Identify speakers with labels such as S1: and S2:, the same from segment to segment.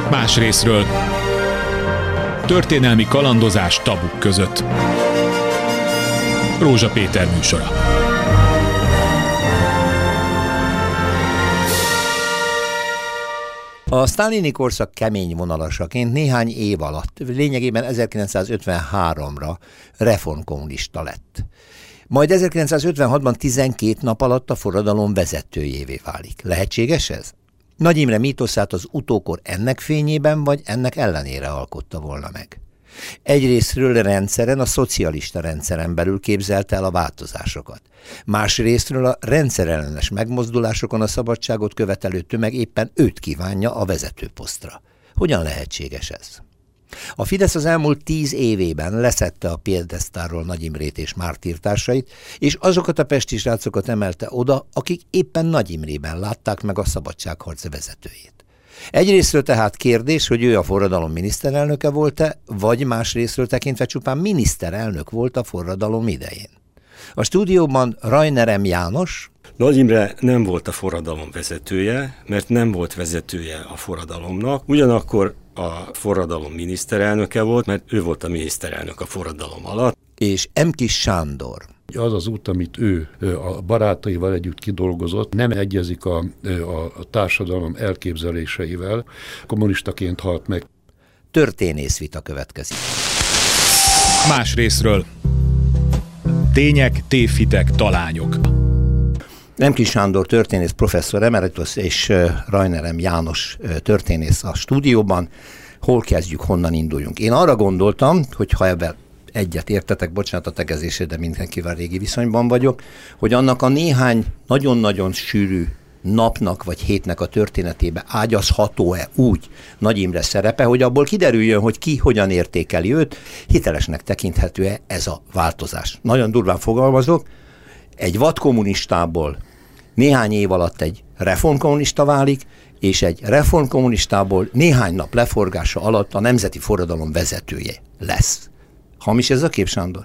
S1: Más részről. Történelmi kalandozás tabuk között. Rózsa Péter műsora.
S2: A sztálini korszak kemény vonalasaként néhány év alatt, lényegében 1953-ra reformkommunista lett. Majd 1956-ban 12 nap alatt a forradalom vezetőjévé válik. Lehetséges ez? Nagy Imre mítoszát az utókor ennek fényében vagy ennek ellenére alkotta volna meg. Egyrészről rendszeren, a szocialista rendszeren belül képzelte el a változásokat. Másrészről a rendszerellenes megmozdulásokon a szabadságot követelő tömeg éppen őt kívánja a vezetőposztra. Hogyan lehetséges ez? A Fidesz az elmúlt 10 évében leszedte a piedesztálról Nagy Imrét és mártírtársait, és azokat a pesti srácokat emelte oda, akik éppen Nagy Imrében látták meg a szabadságharc vezetőjét. Egyrészről tehát kérdés, hogy ő a forradalom miniszterelnöke volt-e, vagy másrészről tekintve csupán miniszterelnök volt a forradalom idején. A stúdióban Rajner M. János.
S3: Nagy Imre nem volt a forradalom vezetője, mert nem volt vezetője a forradalomnak, ugyanakkor a forradalom miniszterelnöke volt, mert ő volt a miniszterelnök a forradalom alatt.
S2: És M. Kis Sándor.
S4: Az az út, amit ő a barátaival együtt kidolgozott, nem egyezik a társadalom elképzeléseivel. Kommunistaként halt meg.
S2: Történészvita következik.
S1: Más részről. Tények, tévhitek, talányok.
S2: M. Kis Sándor történész professzor emeritus és Rajner M. János történész a stúdióban. Hol kezdjük, honnan induljunk? Én arra gondoltam, hogy ha ebben egyet értetek, bocsánat a tegezésért, de mindenkivel régi viszonyban vagyok, hogy annak a néhány nagyon-nagyon sűrű napnak vagy hétnek a történetébe ágyazható-e úgy Nagy Imre szerepe, hogy abból kiderüljön, hogy ki hogyan értékeli őt, hitelesnek tekinthető-e ez a változás. Nagyon durván fogalmazok, egy vadkommunistából néhány év alatt egy reformkommunista válik, és egy reformkommunistából néhány nap leforgása alatt a nemzeti forradalom vezetője lesz. Hamis ez a kép, Sándor?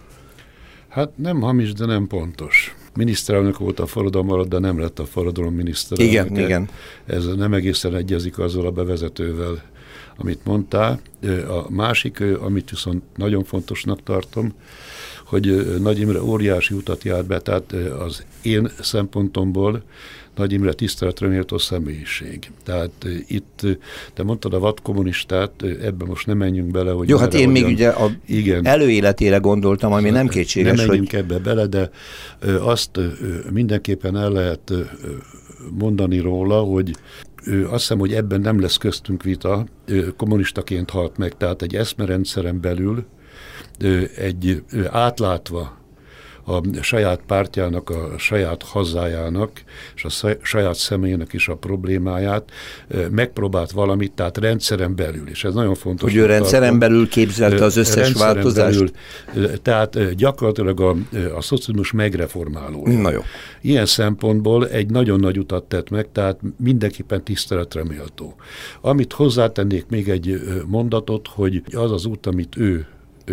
S4: Hát nem hamis, de nem pontos. Miniszterelnök volt a forradalom alatt, de nem lett a forradalom miniszterelnöke.
S2: Igen. Ez
S4: nem egészen egyezik azzal a bevezetővel, amit mondtál. A másik, amit viszont nagyon fontosnak tartom, hogy Nagy Imre óriási utat járt be, tehát az én szempontomból Nagy Imre tiszteletre méltó személyiség. Tehát itt, te mondtad a vadkommunistát, ebben most nem menjünk bele, hogy...
S2: Jó, hát én még ugye a előéletére gondoltam, ami nem kétséges,
S4: nem menjünk ebbe bele, de azt mindenképpen el lehet mondani róla, hogy azt hiszem, hogy ebben nem lesz köztünk vita, kommunistaként halt meg, tehát egy eszmerendszeren belül egy átlátva a saját pártjának, a saját hazájának, és a saját személyének is a problémáját, megpróbált valamit, tehát rendszeren belül, és ez nagyon fontos.
S2: Hogy ő rendszeren belül képzelte az összes változást?
S4: Belül, tehát gyakorlatilag a szocializmus megreformálója.
S2: Na jó.
S4: Ilyen szempontból egy nagyon nagy utat tett meg, tehát mindenképpen tiszteletre méltó. Amit hozzátennék még egy mondatot, hogy az az út, amit ő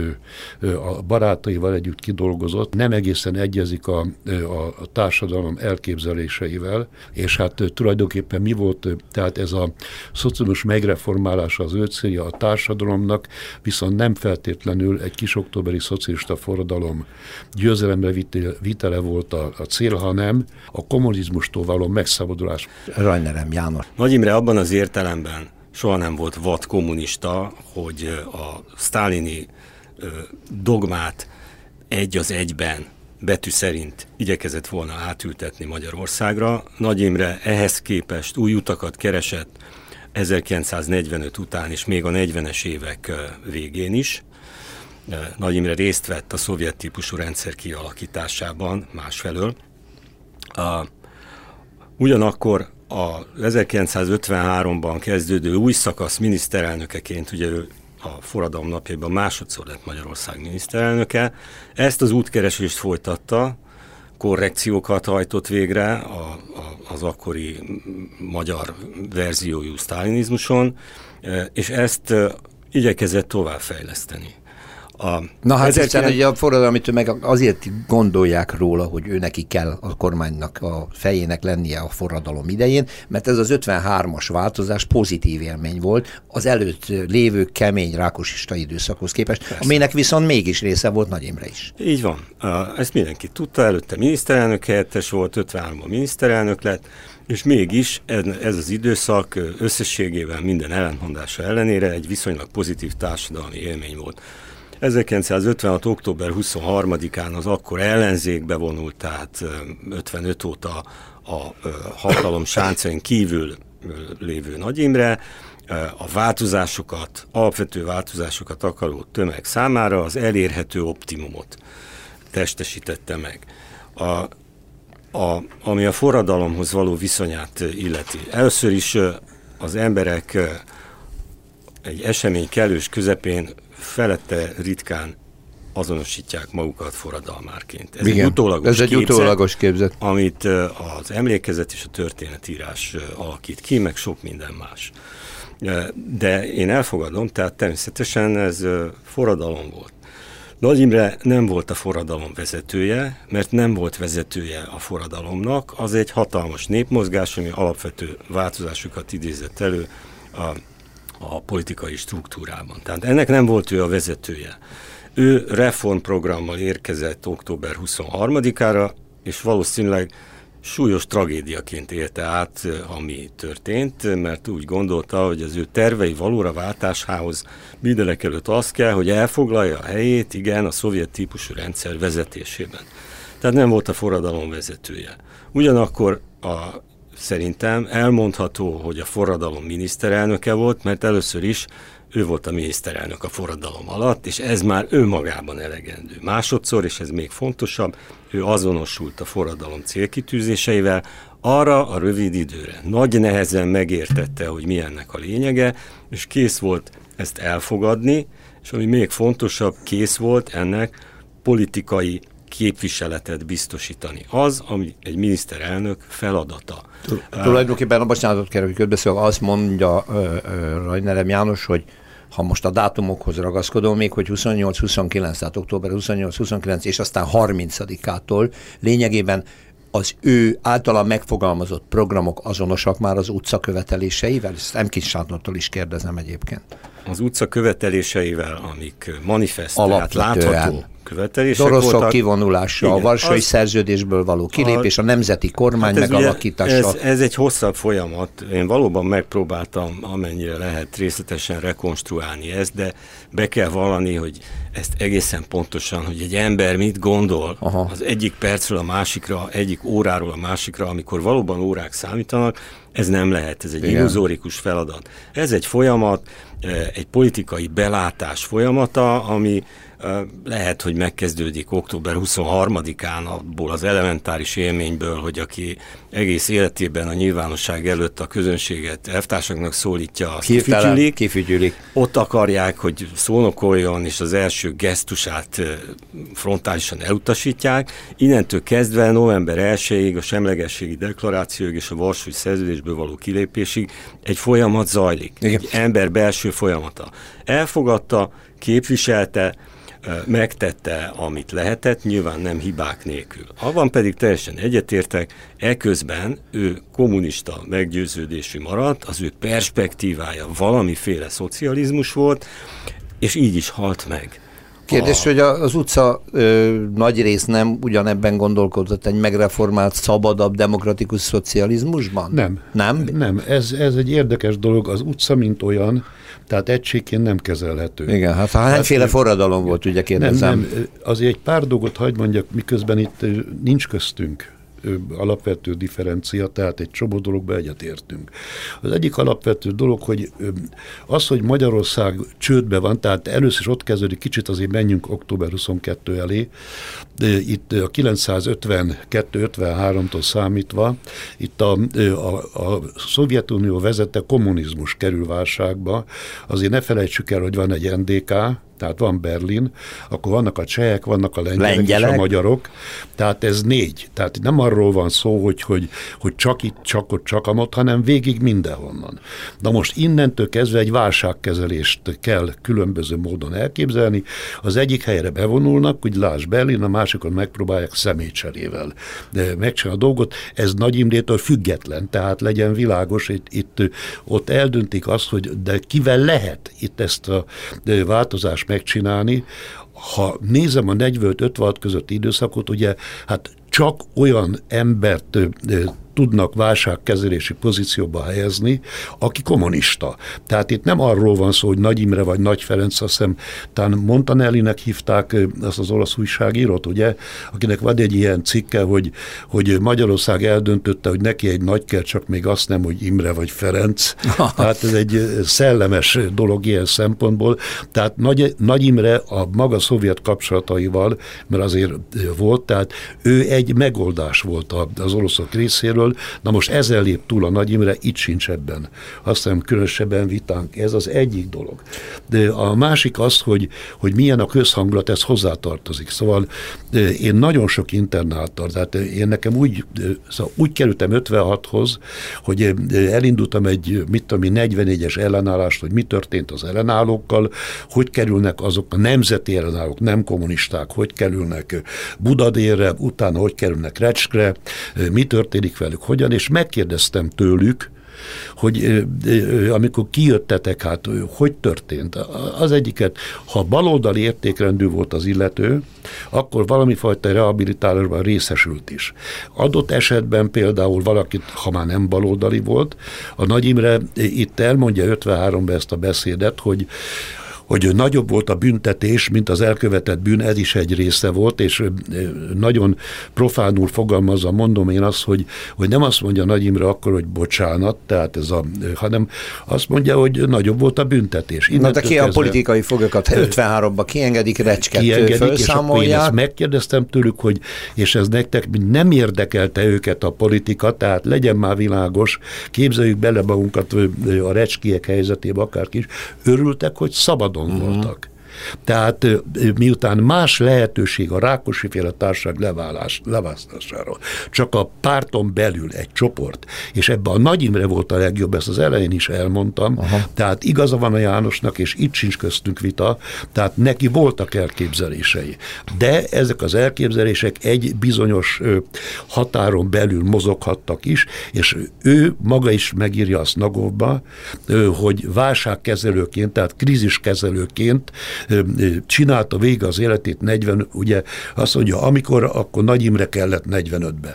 S4: a barátaival együtt kidolgozott, nem egészen egyezik a társadalom elképzeléseivel, és hát tulajdonképpen mi volt, tehát ez a szocializmus megreformálása az ő célja a társadalomnak, viszont nem feltétlenül egy kisoktóberi szocialista forradalom győzelemre vitele volt a cél, hanem a kommunizmustól való megszabadulás.
S2: Rajner M. János.
S3: Nagy Imre abban az értelemben soha nem volt vad kommunista, hogy a sztálini dogmát egy az egyben betű szerint igyekezett volna átültetni Magyarországra. Nagy Imre ehhez képest új utakat keresett 1945 után és még a 40-es évek végén is. Nagy Imre részt vett a szovjet típusú rendszer kialakításában másfelől. Ugyanakkor a 1953-ban kezdődő új szakasz miniszterelnökeként, ugye ő a forradalom napjaiban másodszor lett Magyarország miniszterelnöke, ezt az útkeresést folytatta, korrekciókat hajtott végre az akkori magyar verziójú sztálinizmuson, és ezt igyekezett továbbfejleszteni.
S2: Na hát hiszen ugye a forradalmi tömeg azért gondolják róla, hogy ő neki kell a kormánynak, a fejének lennie a forradalom idején, mert ez az 53-as változás pozitív élmény volt az előtt lévő kemény rákosista időszakhoz képest, persze, aminek viszont mégis része volt Nagy Imre is.
S3: Így van. Ezt mindenki tudta, előtte miniszterelnök helyettes volt, 53-ban miniszterelnök lett, és mégis ez az időszak összességében minden ellentmondása ellenére egy viszonylag pozitív társadalmi élmény volt. 1956. október 23-án az akkor ellenzékbe vonult, tehát 55 óta a hatalom sáncain kívül lévő Nagy Imre a változásokat, alapvető változásokat akaró tömeg számára az elérhető optimumot testesítette meg. Ami a forradalomhoz való viszonyát illeti. Először is az emberek egy esemény kellős közepén felette ritkán azonosítják magukat forradalmárként. Ez egy utólagos képzet, amit az emlékezet és a történetírás alakít ki, meg sok minden más. De én elfogadom, tehát természetesen ez forradalom volt. Nagy Imre nem volt a forradalom vezetője, mert nem volt vezetője a forradalomnak, az egy hatalmas népmozgás, ami alapvető változásokat idézett elő a politikai struktúrában. Tehát ennek nem volt ő a vezetője. Ő reformprogrammal érkezett október 23-ára, és valószínűleg súlyos tragédiaként élte át, ami történt, mert úgy gondolta, hogy az ő tervei valóra váltásához mindenek előtt az kell, hogy elfoglalja a helyét, igen, a szovjet típusú rendszer vezetésében. Tehát nem volt a forradalom vezetője. Ugyanakkor szerintem elmondható, hogy a forradalom miniszterelnöke volt, mert először is ő volt a miniszterelnök a forradalom alatt, és ez már önmagában elegendő. Másodszor, és ez még fontosabb, ő azonosult a forradalom célkitűzéseivel arra a rövid időre. Nagy nehezen megértette, hogy mi ennek a lényege, és kész volt ezt elfogadni, és ami még fontosabb, kész volt ennek politikai képviseletet biztosítani. Az, ami egy miniszterelnök feladata.
S2: Tulajdonképpen, bocsánatot kérek, hogy közbeszélek, azt mondja Rajnerem János, hogy ha most a dátumokhoz ragaszkodom még, hogy 28-29, tehát október 28-29, és aztán 30-ától lényegében az ő általán megfogalmazott programok azonosak már az utca követeléseivel? Ezt M. Kis Sándortól is kérdezem egyébként.
S3: Az utca követeléseivel, amik manifest, tehát látható követelések
S2: Doroszok
S3: voltak.
S2: kivonulása, igen, a Varsói Szerződésből való kilépés, a nemzeti kormány megalakítása.
S3: Ez egy hosszabb folyamat. Én valóban megpróbáltam amennyire lehet részletesen rekonstruálni ezt, de be kell vallani, hogy ezt egészen pontosan, hogy egy ember mit gondol az egyik percről a másikra, egyik óráról a másikra, amikor valóban órák számítanak, ez nem lehet, ez egy illuzórikus feladat. Ez egy folyamat, egy politikai belátás folyamata, ami lehet, hogy megkezdődik október 23-án abból az elementáris élményből, hogy aki egész életében a nyilvánosság előtt a közönséget elvtársaknak szólítja, azt
S2: kifütyülik.
S3: Ott akarják, hogy szónokoljon, és az első gesztusát frontálisan elutasítják. Innentől kezdve november 1-ig a semlegességi deklarációig és a Varsói Szerződésből való kilépésig egy folyamat zajlik. Igen. Egy ember belső folyamata. Elfogadta, képviselte, megtette, amit lehetett, nyilván nem hibák nélkül. Abban pedig teljesen egyetértek, eközben ő kommunista meggyőződésű maradt, az ő perspektívája valamiféle szocializmus volt, és így is halt meg.
S2: Kérdés, hogy az utca nagy rész nem ugyanebben gondolkodott egy megreformált, szabadabb, demokratikus szocializmusban?
S4: Nem. Ez egy érdekes dolog. Az utca, mint olyan, tehát egységként nem kezelhető.
S2: Igen, hát hányféle forradalom volt, ugye kérdezem.
S4: Nem. Azért egy pár dolgot hadd mondjak, miközben itt nincs köztünk alapvető differencia, tehát egy csomó dologba egyetértünk. Az egyik alapvető dolog, hogy az, hogy Magyarország csődbe van, tehát először is ott kezdődik, kicsit azért menjünk október 22 elé, itt a 952-53-tól számítva, itt a Szovjetunió vezette kommunizmus kerül válságba, azért ne felejtsük el, hogy van egy NDK, tehát van Berlin, akkor vannak a csehek, vannak a lengyelek és a magyarok, tehát ez 4. Tehát nem arról van szó, hogy csak itt, csak ott, csak amott, hanem végig mindenhonnan. Na most innentől kezdve egy válságkezelést kell különböző módon elképzelni. Az egyik helyre bevonulnak, úgy lásd Berlin, a másikon megpróbálják személycserével megcsinálni a dolgot. Ez Nagy Imrétől független, tehát legyen világos, ott eldöntik azt, hogy de kivel lehet itt ezt a változást megcsinálni. Ha nézem a 45-56 közötti időszakot, ugye hát csak olyan embert tudnak válságkezelési pozícióba helyezni, aki kommunista. Tehát itt nem arról van szó, hogy Nagy Imre vagy Nagy Ferenc, azt hiszem, talán Montanellinek hívták azt az olasz újságírót, ugye, akinek van egy ilyen cikke, hogy Magyarország eldöntötte, hogy neki egy nagyker, csak még azt nem, hogy Imre vagy Ferenc. Tehát ez egy szellemes dolog ilyen szempontból. Tehát Nagy Imre a maga szovjet kapcsolataival, mert azért volt, tehát ő egy megoldás volt az oroszok részéről. Na most ezzel lép túl a Nagy Imre, itt sincs ebben. Azt hiszem különösebben vitánk. Ez az egyik dolog. De a másik az, hogy milyen a közhangulat, ez hozzátartozik. Szóval én nagyon sok internáltal, tehát én nekem úgy kerültem 56-hoz, hogy elindultam egy, 44-es ellenállást, hogy mi történt az ellenállókkal, hogy kerülnek azok a nemzeti ellenállók, nem kommunisták, hogy kerülnek Budadérre, utána hogy kerülnek Recskre, mi történik velük, hogyan, és megkérdeztem tőlük, hogy amikor kijöttetek, hát hogy történt? Az egyiket, ha baloldali értékrendű volt az illető, akkor valamifajta rehabilitálásban részesült is. Adott esetben például valakit, ha már nem baloldali volt, a Nagy Imre itt elmondja 53-ban ezt a beszédet, hogy nagyobb volt a büntetés, mint az elkövetett bűn, ez is egy része volt, és nagyon profánul fogalmazza, mondom én azt, hogy nem azt mondja Nagy Imre akkor, hogy bocsánat, tehát hanem azt mondja, hogy nagyobb volt a büntetés.
S2: Na de ki a politikai foglyokat 53-ba kiengedik, Recsket felszámolják.
S4: És én ezt megkérdeztem tőlük, hogy és ez nektek nem érdekelte őket a politika, tehát legyen már világos, képzeljük bele magunkat a recskiek helyzetébe akárki is, örültek, hogy szabadon voltak. Tehát miután más lehetőség a Rákosi-féle társaság leválasztására, csak a párton belül egy csoport, és ebben a Nagy Imre volt a legjobb, ezt az elején is elmondtam, tehát igaza van a Jánosnak, és itt sincs köztünk vita, tehát neki voltak elképzelései. De ezek az elképzelések egy bizonyos határon belül mozoghattak is, és ő maga is megírja azt Nagovba, hogy válságkezelőként, tehát kríziskezelőként csinálta vége az életét 40, ugye azt mondja, akkor Nagy Imre kellett 45-be.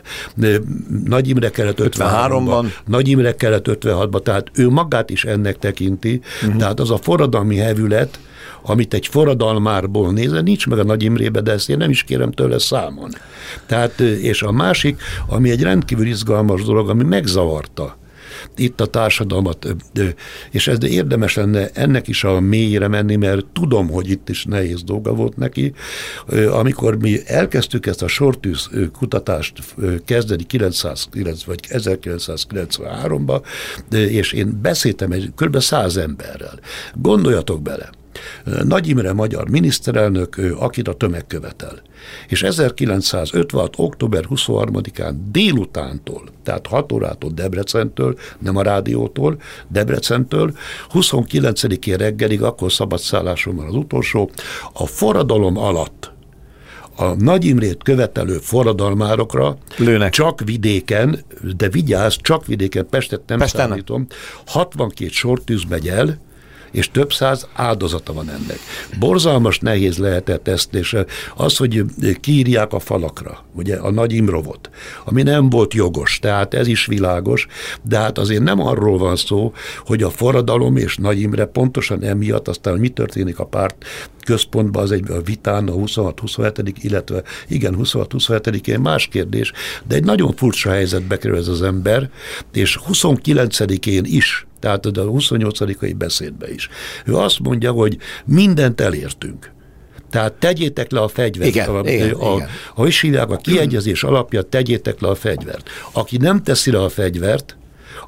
S4: Nagy Imre kellett 53-ban. Nagy Imre kellett 56-ban, tehát ő magát is ennek tekinti, tehát az a forradalmi hevület, amit egy forradalmárból nézve, nincs meg a Nagy Imrébe, de ezt én nem is kérem tőle számon. Tehát, és a másik, ami egy rendkívül izgalmas dolog, ami megzavarta itt a társadalmat, és ez érdemes lenne ennek is a mélyére menni, mert tudom, hogy itt is nehéz dolga volt neki. Amikor mi elkezdtük ezt a sortűz kutatást kezdeni 1993-ban, és én beszéltem kb. 100 emberrel. Gondoljatok bele, Nagy Imre magyar miniszterelnök, akit a tömeg követel. És 1956. október 23-án délutántól, tehát 6 órától Debrecentől, nem a rádiótól, Debrecentől, 29-én reggelig, akkor szabadszálláson van az utolsó, a forradalom alatt a Nagy Imrét követelő forradalmárokra lőnek. Csak vidéken, de vigyázz, csak vidéken, Pestet nem számítom, 62 sortűz megy el, és több száz áldozata van ennek. Borzalmas nehéz lehetett ezt, és az, hogy kiírják a falakra, ugye a Nagy Imrovot, ami nem volt jogos, tehát ez is világos, de hát azért nem arról van szó, hogy a forradalom és Nagy Imre pontosan emiatt, aztán mi történik a párt központban, az egy vitán a 26-27, illetve igen, 26-27-én más kérdés, de egy nagyon furcsa helyzetbe kerül ez az ember, és 29-én is, tehát a 28-ai beszédben is. Ő azt mondja, hogy mindent elértünk. Tehát tegyétek le a fegyvert.
S2: Igen.
S4: Ahogy is hívják, a kiegyezés alapja, tegyétek le a fegyvert. Aki nem teszi le a fegyvert,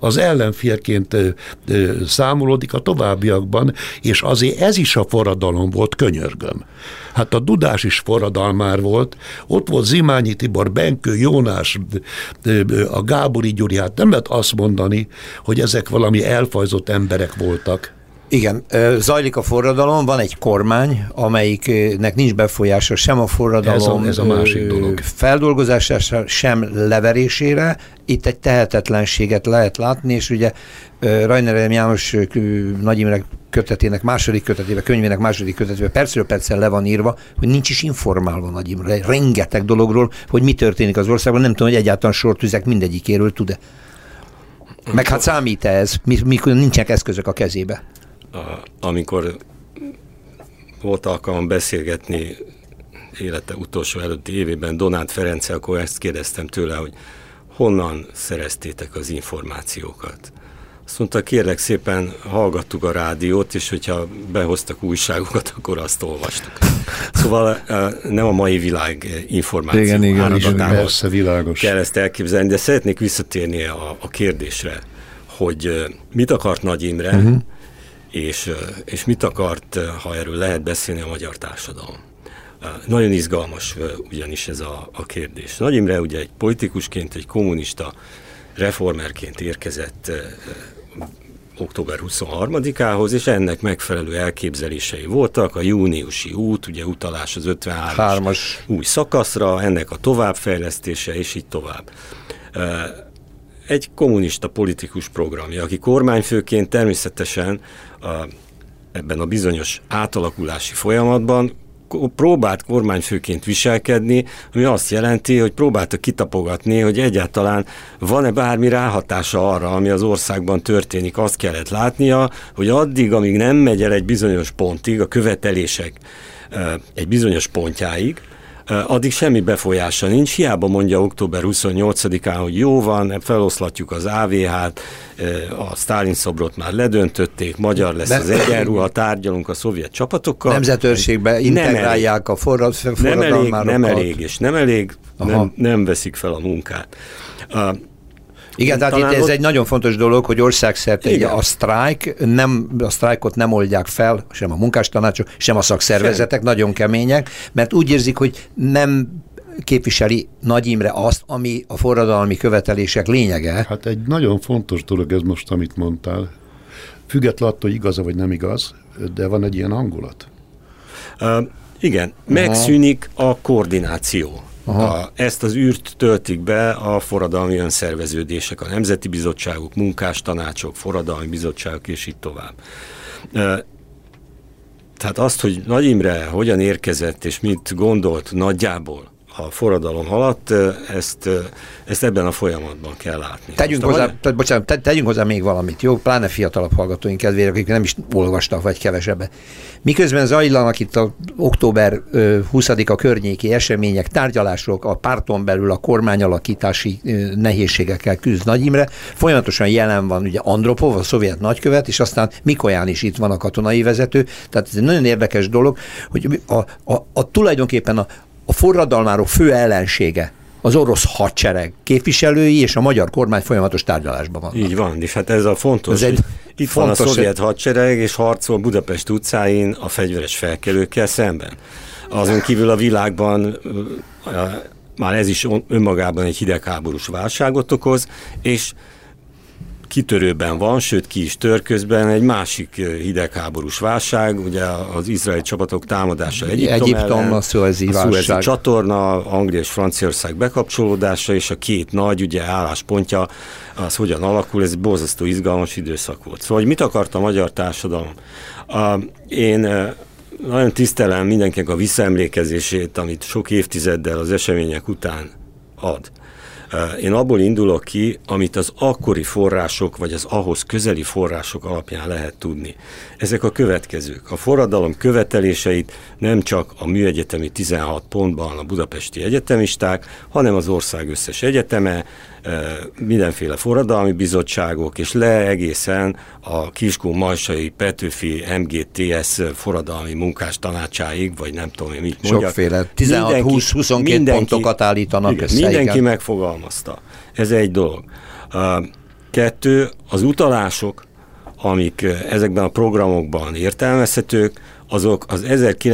S4: az ellenfélként számolódik a továbbiakban, és azért ez is a forradalom volt, könyörgöm. Hát a Dudás is forradalmár volt, ott volt Zimányi Tibor, Benkő, Jónás, a Gábori Gyuri, hát nem lehet azt mondani, hogy ezek valami elfajzott emberek voltak.
S2: Igen, zajlik a forradalom, van egy kormány, amelyiknek nincs befolyása sem a forradalom
S4: ez a másik dolog.
S2: Feldolgozására, sem leverésére. Itt egy tehetetlenséget lehet látni, és ugye Rajner János Nagy Imre kötetének második kötetében, könyvének második kötetében percről perccel le van írva, hogy nincs is informálva Nagy Imre rengeteg dologról, hogy mi történik az országban. Nem tudom, hogy egyáltalán sortüzek mindegyikéről tud-e. Meg hát számít ez, mikor nincsenek eszközök a kezébe.
S3: Amikor volt alkalmam beszélgetni élete utolsó előtti évében Donáth Ferenccel, akkor ezt kérdeztem tőle, hogy honnan szereztétek az információkat. Azt mondta, kérlek szépen, hallgattuk a rádiót, és hogyha behoztak újságokat, akkor azt olvastuk. Szóval nem a mai világ információ áradatához kell ezt elképzelni, de szeretnék visszatérni a kérdésre, hogy mit akart Nagy Imre, és mit akart, ha erről lehet beszélni, a magyar társadalom. Nagyon izgalmas ugyanis ez a kérdés. Nagy Imre ugye egy politikusként, egy kommunista reformerként érkezett október 23-ához, és ennek megfelelő elképzelései voltak, a júniusi út, ugye utalás az 53-as új szakaszra, ennek a továbbfejlesztése, és így tovább. Egy kommunista politikus programja, aki kormányfőként természetesen ebben a bizonyos átalakulási folyamatban próbált kormányfőként viselkedni, ami azt jelenti, hogy próbálta kitapogatni, hogy egyáltalán van-e bármi ráhatása arra, ami az országban történik. Azt kellett látnia, hogy addig, amíg nem megy el egy bizonyos pontig, a követelések egy bizonyos pontjáig, addig semmi befolyása nincs, hiába mondja október 28-án, hogy jó van, feloszlatjuk az AVH-t, a Sztálin szobrot már ledöntötték, magyar lesz az egyenruha, tárgyalunk a szovjet csapatokkal.
S2: Nemzetőrségbe integrálják a forradalmárokat.
S3: Nem elég, és nem elég, nem veszik fel a munkát.
S2: Igen, tehát itt ez egy nagyon fontos dolog, hogy országszerte a sztrájkot nem oldják fel, sem a munkástanácsok, sem a szakszervezetek, nagyon kemények, mert úgy érzik, hogy nem képviseli Nagy Imre azt, ami a forradalmi követelések lényege.
S4: Hát egy nagyon fontos dolog ez most, amit mondtál. Függetlenül attól, hogy igaz vagy nem igaz, de van egy ilyen hangulat.
S3: Igen, megszűnik a koordináció. Ezt az űrt töltik be a forradalmi önszerveződések, a nemzeti bizottságok, munkástanácsok, forradalmi bizottságok, és így tovább. Tehát azt, hogy Nagy Imre hogyan érkezett, és mit gondolt nagyjából a forradalom alatt, ezt ebben a folyamatban kell látni.
S2: Tegyünk hozzá még valamit, jó? Pláne fiatalabb hallgatóink kedvére, akik nem is olvastak, vagy kevesebben. Miközben zajlanak itt a október 20-a környéki események, tárgyalások, a párton belül a kormányalakítási nehézségekkel küzd Nagy Imre, folyamatosan jelen van ugye Andropov, a szovjet nagykövet, és aztán Mikolyán is itt van a katonai vezető. Tehát ez egy nagyon érdekes dolog, hogy tulajdonképpen a forradalmárok fő ellensége az orosz hadsereg képviselői és a magyar kormány folyamatos tárgyalásban vannak.
S3: Így van, és hát ez a fontos, itt van a szovjet hadsereg, és harcol Budapest utcáin a fegyveres felkelőkkel szemben. Azon kívül a világban már ez is önmagában egy hidegháborús válságot okoz, és kitörőben van, sőt ki is tör közben egy másik hidegháborús válság, ugye az izraeli csapatok támadása Egyiptom ellen,
S2: a Szuezi
S3: csatorna, Anglia és Franciaország bekapcsolódása, és a két nagy ugye álláspontja, az hogyan alakul, ez egy borzasztó izgalmas időszak volt. Szóval, hogy mit akart a magyar társadalom? Én nagyon tisztelem mindenkinek a visszaemlékezését, amit sok évtizeddel az események után ad. Én abból indulok ki, amit az akkori források, vagy az ahhoz közeli források alapján lehet tudni. Ezek a következők. A forradalom követeléseit nem csak a műegyetemi 16 pontban a budapesti egyetemisták, hanem az ország összes egyeteme, mindenféle forradalmi bizottságok, és egészen a Kiskun-Majsai Petőfi MGTS forradalmi munkás tanácsáig, vagy nem tudom, mit mondjak.
S2: Sokféle, 16-20-22 pontokat állítanak össze.
S3: Mindenki megfogalmazta. Ez egy dolog. 2, az utalások, amik ezekben a programokban értelmezhetők, azok az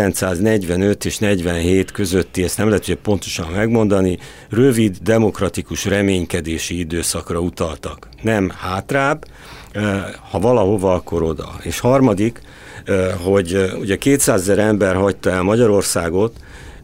S3: 1945 és 47 közötti, ezt nem lehet ugye pontosan megmondani, rövid, demokratikus reménykedési időszakra utaltak. Nem hátrább, ha valahova, akkor oda. És harmadik, hogy ugye 200 000 ember hagyta el Magyarországot,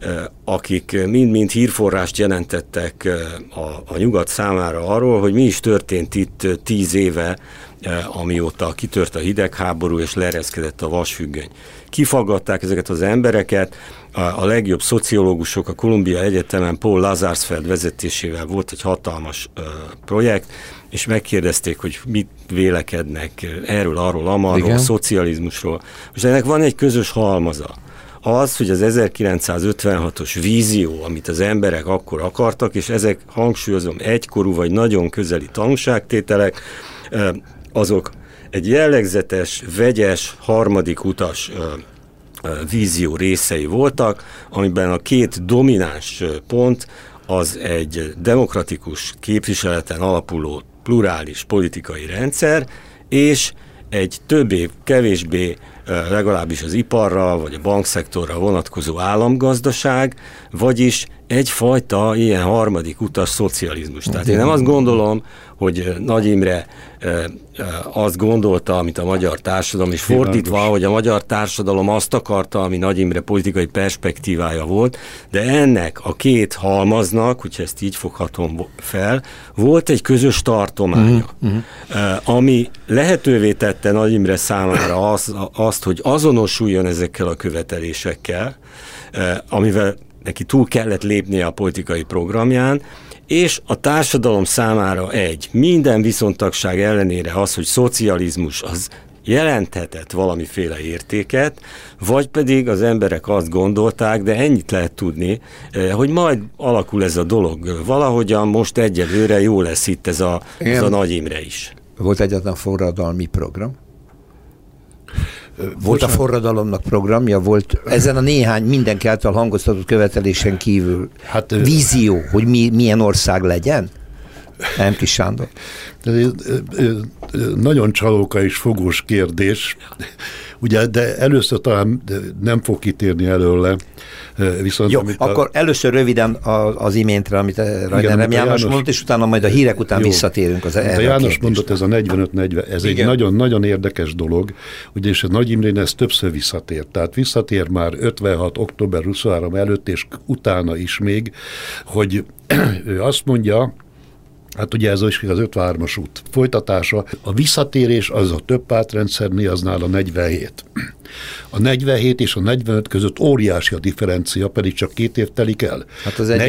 S3: akik mind-mind hírforrást jelentettek a nyugat számára arról, hogy mi is történt itt 10 éve, amióta kitört a hidegháború és leereszkedett a vasfüggöny. Kifaggatták ezeket az embereket, a legjobb szociológusok a Columbia Egyetemen Paul Lazarsfeld vezetésével volt egy hatalmas projekt, és megkérdezték, hogy mit vélekednek erről, arról, amarról, a szocializmusról. Most ennek van egy közös halmaza. Az, hogy az 1956-os vízió, amit az emberek akkor akartak, és ezek, hangsúlyozom, egykorú vagy nagyon közeli tanúságtételek, azok egy jellegzetes, vegyes, harmadik utas vízió részei voltak, amiben a két domináns pont az egy demokratikus képviseleten alapuló plurális politikai rendszer, és egy kevésbé legalábbis az iparra, vagy a bankszektorra vonatkozó államgazdaság, vagyis egyfajta ilyen harmadik utas szocializmus. Tehát én nem azt gondolom, hogy Nagy Imre azt gondolta, amit a magyar társadalom, és fordítva, hogy a magyar társadalom azt akarta, ami Nagy Imre politikai perspektívája volt, de ennek a két halmaznak, hogyha ezt így foghatom fel, volt egy közös tartománya, ami lehetővé tette Nagy Imre számára azt, hogy azonosuljon ezekkel a követelésekkel, amivel neki túl kellett lépnie a politikai programján, és a társadalom számára minden viszontagság ellenére az, hogy szocializmus az jelenthetett valamiféle értéket, vagy pedig az emberek azt gondolták, de ennyit lehet tudni, hogy majd alakul ez a dolog. Valahogyan most egyelőre jó lesz itt ez a Nagy Imre is.
S2: Volt egyáltalán forradalmi program? Volt a forradalomnak programja, volt ezen a néhány mindenki által hangoztatott követelésen kívül vízió, hogy milyen ország legyen? Nem, Kis Sándor?
S4: Nagyon csalóka és fogós kérdés, ugye, de először talán nem fog kitérni előle. Viszont
S2: jó, akkor először röviden az iméntre, amit Rajner János mondott, és utána majd a hírek után visszatérünk az erre a
S4: János mondott, ez a 45-40, ez egy nagyon-nagyon érdekes dolog, ugyanis a Nagy Imrén ez többször visszatér. Tehát visszatér már 56. október 23 előtt, és utána is még, hogy ő azt mondja, hát ugye ez is az 53-as út folytatása. A visszatérés az a több pártrendszernél, az nála 47. A 47 és a 45 között óriási a differencia, pedig csak 2 év telik el. Hát az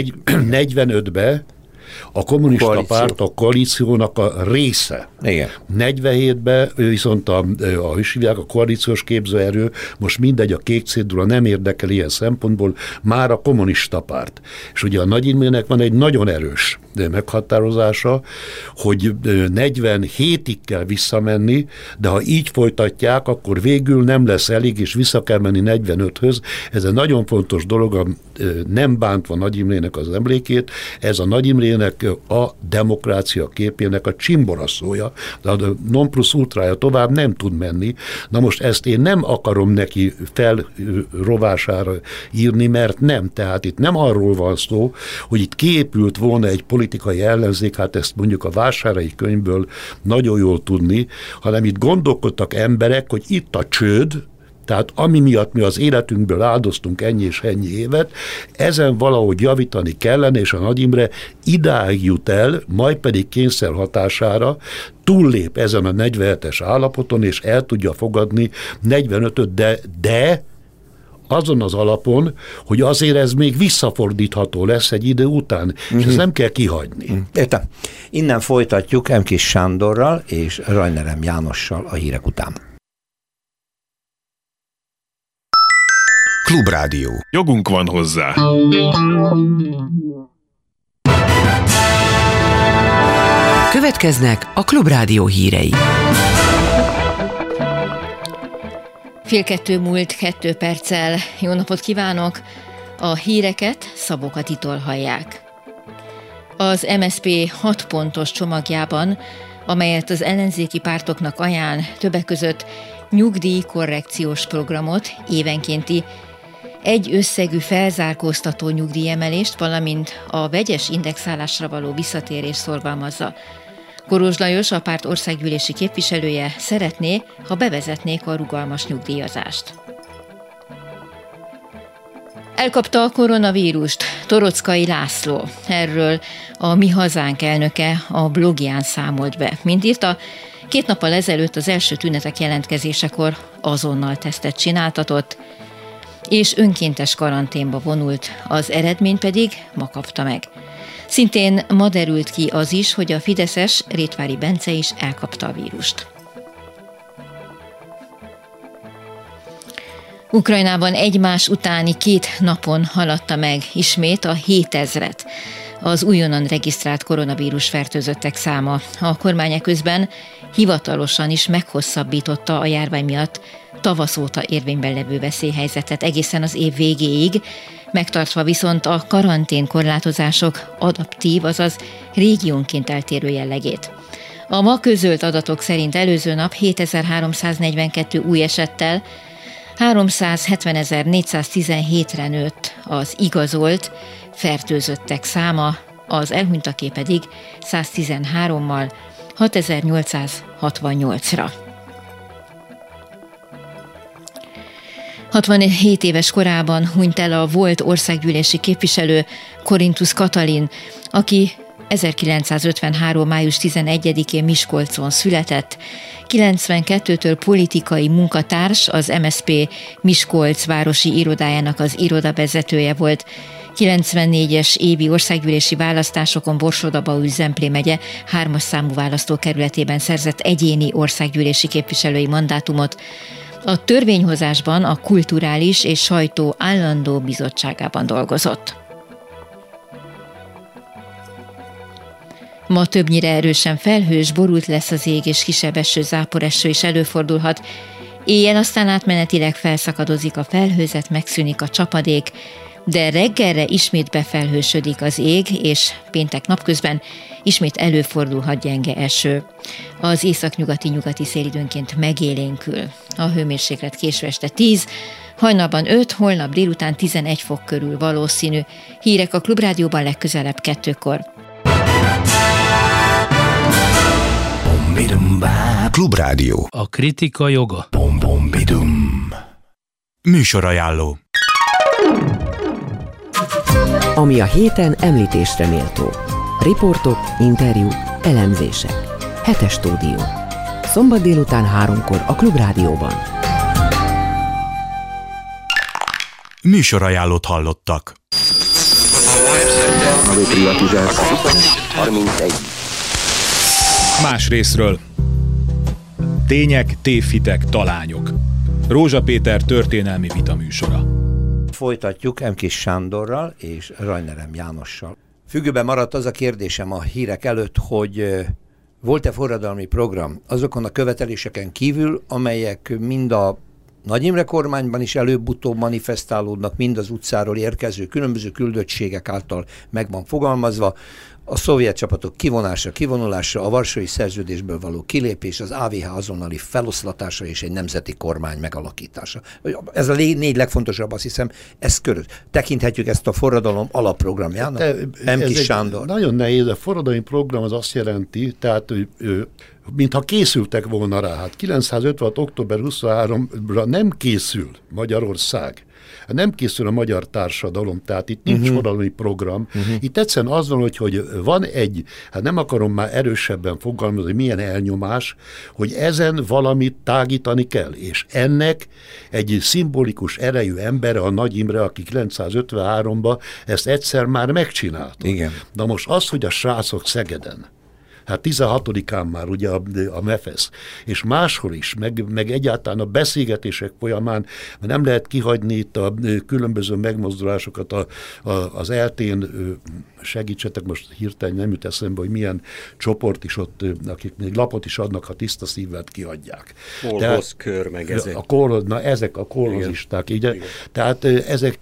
S4: 45-ben a kommunista párt a koalíciónak a része.
S2: Igen.
S4: 47-ben viszont a koalíciós képzőerő, most mindegy, a kék cédula nem érdekel ilyen szempontból, már a kommunista párt. És ugye a Nagy Imrének van egy nagyon erős meghatározása, hogy 47-ig kell visszamenni, de ha így folytatják, akkor végül nem lesz elég, és vissza kell menni 45-höz. Ez egy nagyon fontos dolog, nem bántva Nagy Imrének az emlékét, ez a Nagy Imrének a demokrácia képének a csimboraszója, de a non plus ultrája tovább nem tud menni. Na most ezt én nem akarom neki felrovására írni, mert nem. Tehát itt nem arról van szó, hogy itt kiépült volna egy politikai ellenzék, hát ezt mondjuk a Vásárai könyvből nagyon jól tudni, hanem itt gondolkodtak emberek, hogy itt a csőd, tehát ami miatt mi az életünkből áldoztunk ennyi és ennyi évet, ezen valahogy javítani kellene, és a Nagy Imre idáig jut el, majd pedig kényszer hatására túllép ezen a 47-es állapoton, és el tudja fogadni 45-öt, de azon az alapon, hogy azért ez még visszafordítható lesz egy idő után, és ezt nem kell kihagyni.
S2: Értem. Innen folytatjuk M. Kis Sándorral és Rajner M. Jánossal a hírek után.
S5: Klubrádió.
S1: Jogunk van hozzá.
S5: Következnek a Klubrádió hírei.
S6: 1:02 múlt 2 perccel. Jó napot kívánok! A híreket Szabó Katitól hallják. Az MSZP 6 pontos csomagjában amelyet az ellenzéki pártoknak ajánl, többek között nyugdíjkorrekciós programot, évenkénti egy összegű felzárkóztató nyugdíjemelést, valamint a vegyes indexálásra való visszatérést szorgalmazza. Korozs Lajos, a párt országgyűlési képviselője szeretné, ha bevezetnék a rugalmas nyugdíjazást. Elkapta a koronavírust Torockai László. Erről a Mi Hazánk elnöke a blogján számolt be. Mint írta, 2 nappal ezelőtt az első tünetek jelentkezésekor azonnal tesztet csináltatott, és önkéntes karanténba vonult, az eredmény pedig ma kapta meg. Szintén ma derült ki az is, hogy a fideszes Rétvári Bence is elkapta a vírust. Ukrajnában egymás utáni 2 napon haladta meg ismét a 7000-et az újonnan regisztrált koronavírus fertőzöttek száma. A kormány közben hivatalosan is meghosszabbította a járvány miatt tavasz óta érvényben levő veszélyhelyzetet egészen az év végéig, megtartva viszont a karanténkorlátozások adaptív, azaz régiónként eltérő jellegét. A ma közölt adatok szerint előző nap 7342 új esettel 370.417-re nőtt az igazolt fertőzöttek száma, az elhunytaké pedig 113-mal 6868-ra. 67 éves korában hunyt el a volt országgyűlési képviselő Korintus Katalin, aki 1953. május 11-én Miskolcon született. 92-től politikai munkatárs, az MSZP Miskolc városi irodájának az irodavezetője volt. 94-es évi országgyűlési választásokon Borsod-Abaúj-Zemplén megye 3-as számú választókerületében szerzett egyéni országgyűlési képviselői mandátumot. A törvényhozásban a Kulturális és Sajtó Állandó Bizottságában dolgozott. Ma többnyire erősen felhős, borult lesz az ég, és kisebb eső, záporeső is előfordulhat. Éjjel aztán átmenetileg felszakadozik a felhőzet, megszűnik a csapadék, de reggelre ismét befelhősödik az ég, és péntek napközben ismét előfordulhat gyenge eső. Az északnyugati szél időnként megélénkül. A hőmérséklet késő este 10, hajnalban 5, holnap délután 11 fok körül valószínű. Hírek a Klubrádióban legközelebb 2-kor.
S5: Klubrádió.
S7: A kritika joga.
S5: Műsorajánló.
S8: Ami a héten említésre méltó. Riportok, interjúk, elemzések. 7-es stúdió. Szombat délután 3-kor a Klubrádióban.
S5: Műsorajánlót hallottak.
S1: Más részről. Tények, tévhitek, talányok. Rózsa Péter történelmi vitaműsora.
S2: Folytatjuk M. Kis Sándorral és Rajnerem Jánossal. Függőben maradt az a kérdésem a hírek előtt, hogy volt-e forradalmi program azokon a követeléseken kívül, amelyek mind a Nagy Imre kormányban is előbb-utóbb manifestálódnak, mind az utcáról érkező különböző küldöttségek által meg van fogalmazva, a szovjet csapatok kivonulása, a Varsói Szerződésből való kilépés, az AVH azonnali feloszlatása és egy nemzeti kormány megalakítása. Ez a 4 legfontosabb, azt hiszem, ez körül. Tekinthetjük ezt a forradalom alapprogramjának. M. Kis Sándor.
S4: Nagyon nehéz, a forradalmi program az azt jelenti, tehát mintha készültek volna rá. Hát 956. október 23-ra nem készül Magyarország. Nem készül a magyar társadalom, tehát itt nincs forradalmi program. Itt egyszerűen az van, hogy van egy, hát nem akarom már erősebben fogalmazni, hogy milyen elnyomás, hogy ezen valamit tágítani kell, és ennek egy szimbolikus erejű embere, a Nagy Imre, aki 953-ban ezt egyszer már megcsinálta.
S2: Igen.
S4: Na most az, hogy a srácok Szegeden, hát 16-án már ugye a MEFESZ, és máshol is, meg egyáltalán a beszélgetések folyamán, mert nem lehet kihagyni itt a különböző megmozdulásokat az eltén, segítsetek, most hirtelen nem jut eszembe, hogy milyen csoport is ott, akik még lapot is adnak, ha tiszta szívvel kiadják.
S3: Kolhoz, kör, meg ezek.
S4: Ezek a kolhozisták. Tehát ezek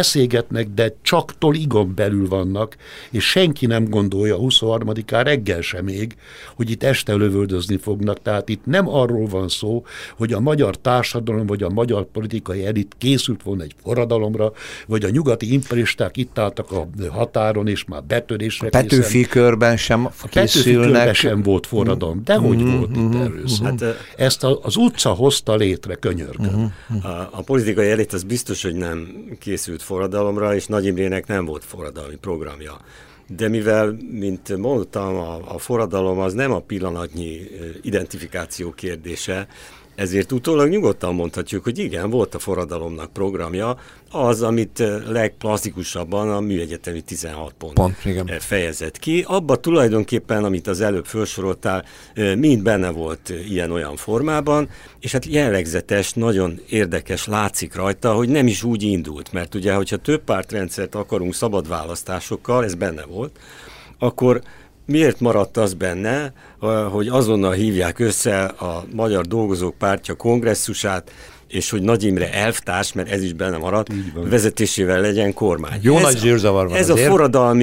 S4: beszélgetnek, de csak toligon belül vannak, és senki nem gondolja 23-án reggel se, se még, hogy itt este lövöldözni fognak. Tehát itt nem arról van szó, hogy a magyar társadalom vagy a magyar politikai elit készült volna egy forradalomra, vagy a nyugati imperialisták itt álltak a határon, és már betörésre készen.
S2: Petőfi körben sem készülnek.
S4: Petőfi körben sem volt forradalom. De hogy volt itt erről szó? Hát, ezt az utca hozta létre, könyörgöm.
S3: A politikai elit az biztos, hogy nem készült forradalomra, és Nagy Imrének nem volt forradalmi programja. De mivel, mint mondtam, a forradalom az nem a pillanatnyi identifikáció kérdése, ezért utólag nyugodtan mondhatjuk, hogy igen, volt a forradalomnak programja, az, amit legklasszikusabban a műegyetemi 16 pont fejezett ki. Abba tulajdonképpen, amit az előbb felsoroltál, mind benne volt ilyen-olyan formában, és hát jellegzetes, nagyon érdekes látszik rajta, hogy nem is úgy indult, mert ugye, hogyha több pártrendszert akarunk szabad választásokkal, ez benne volt, akkor miért maradt az benne, hogy azonnal hívják össze a Magyar Dolgozók Pártja kongresszusát, és hogy Nagy Imre elvtárs, mert ez is benne maradt, vezetésével legyen kormány.
S2: Jó nagy zűrzavar van
S3: ez azért.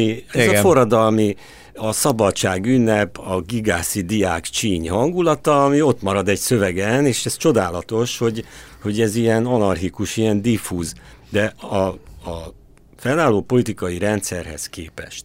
S3: A forradalmi, a szabadság ünnep, a gigászi diák csíny hangulata, ami ott marad egy szövegen, és ez csodálatos, hogy ez ilyen anarchikus, ilyen diffúz. De a fennálló politikai rendszerhez képest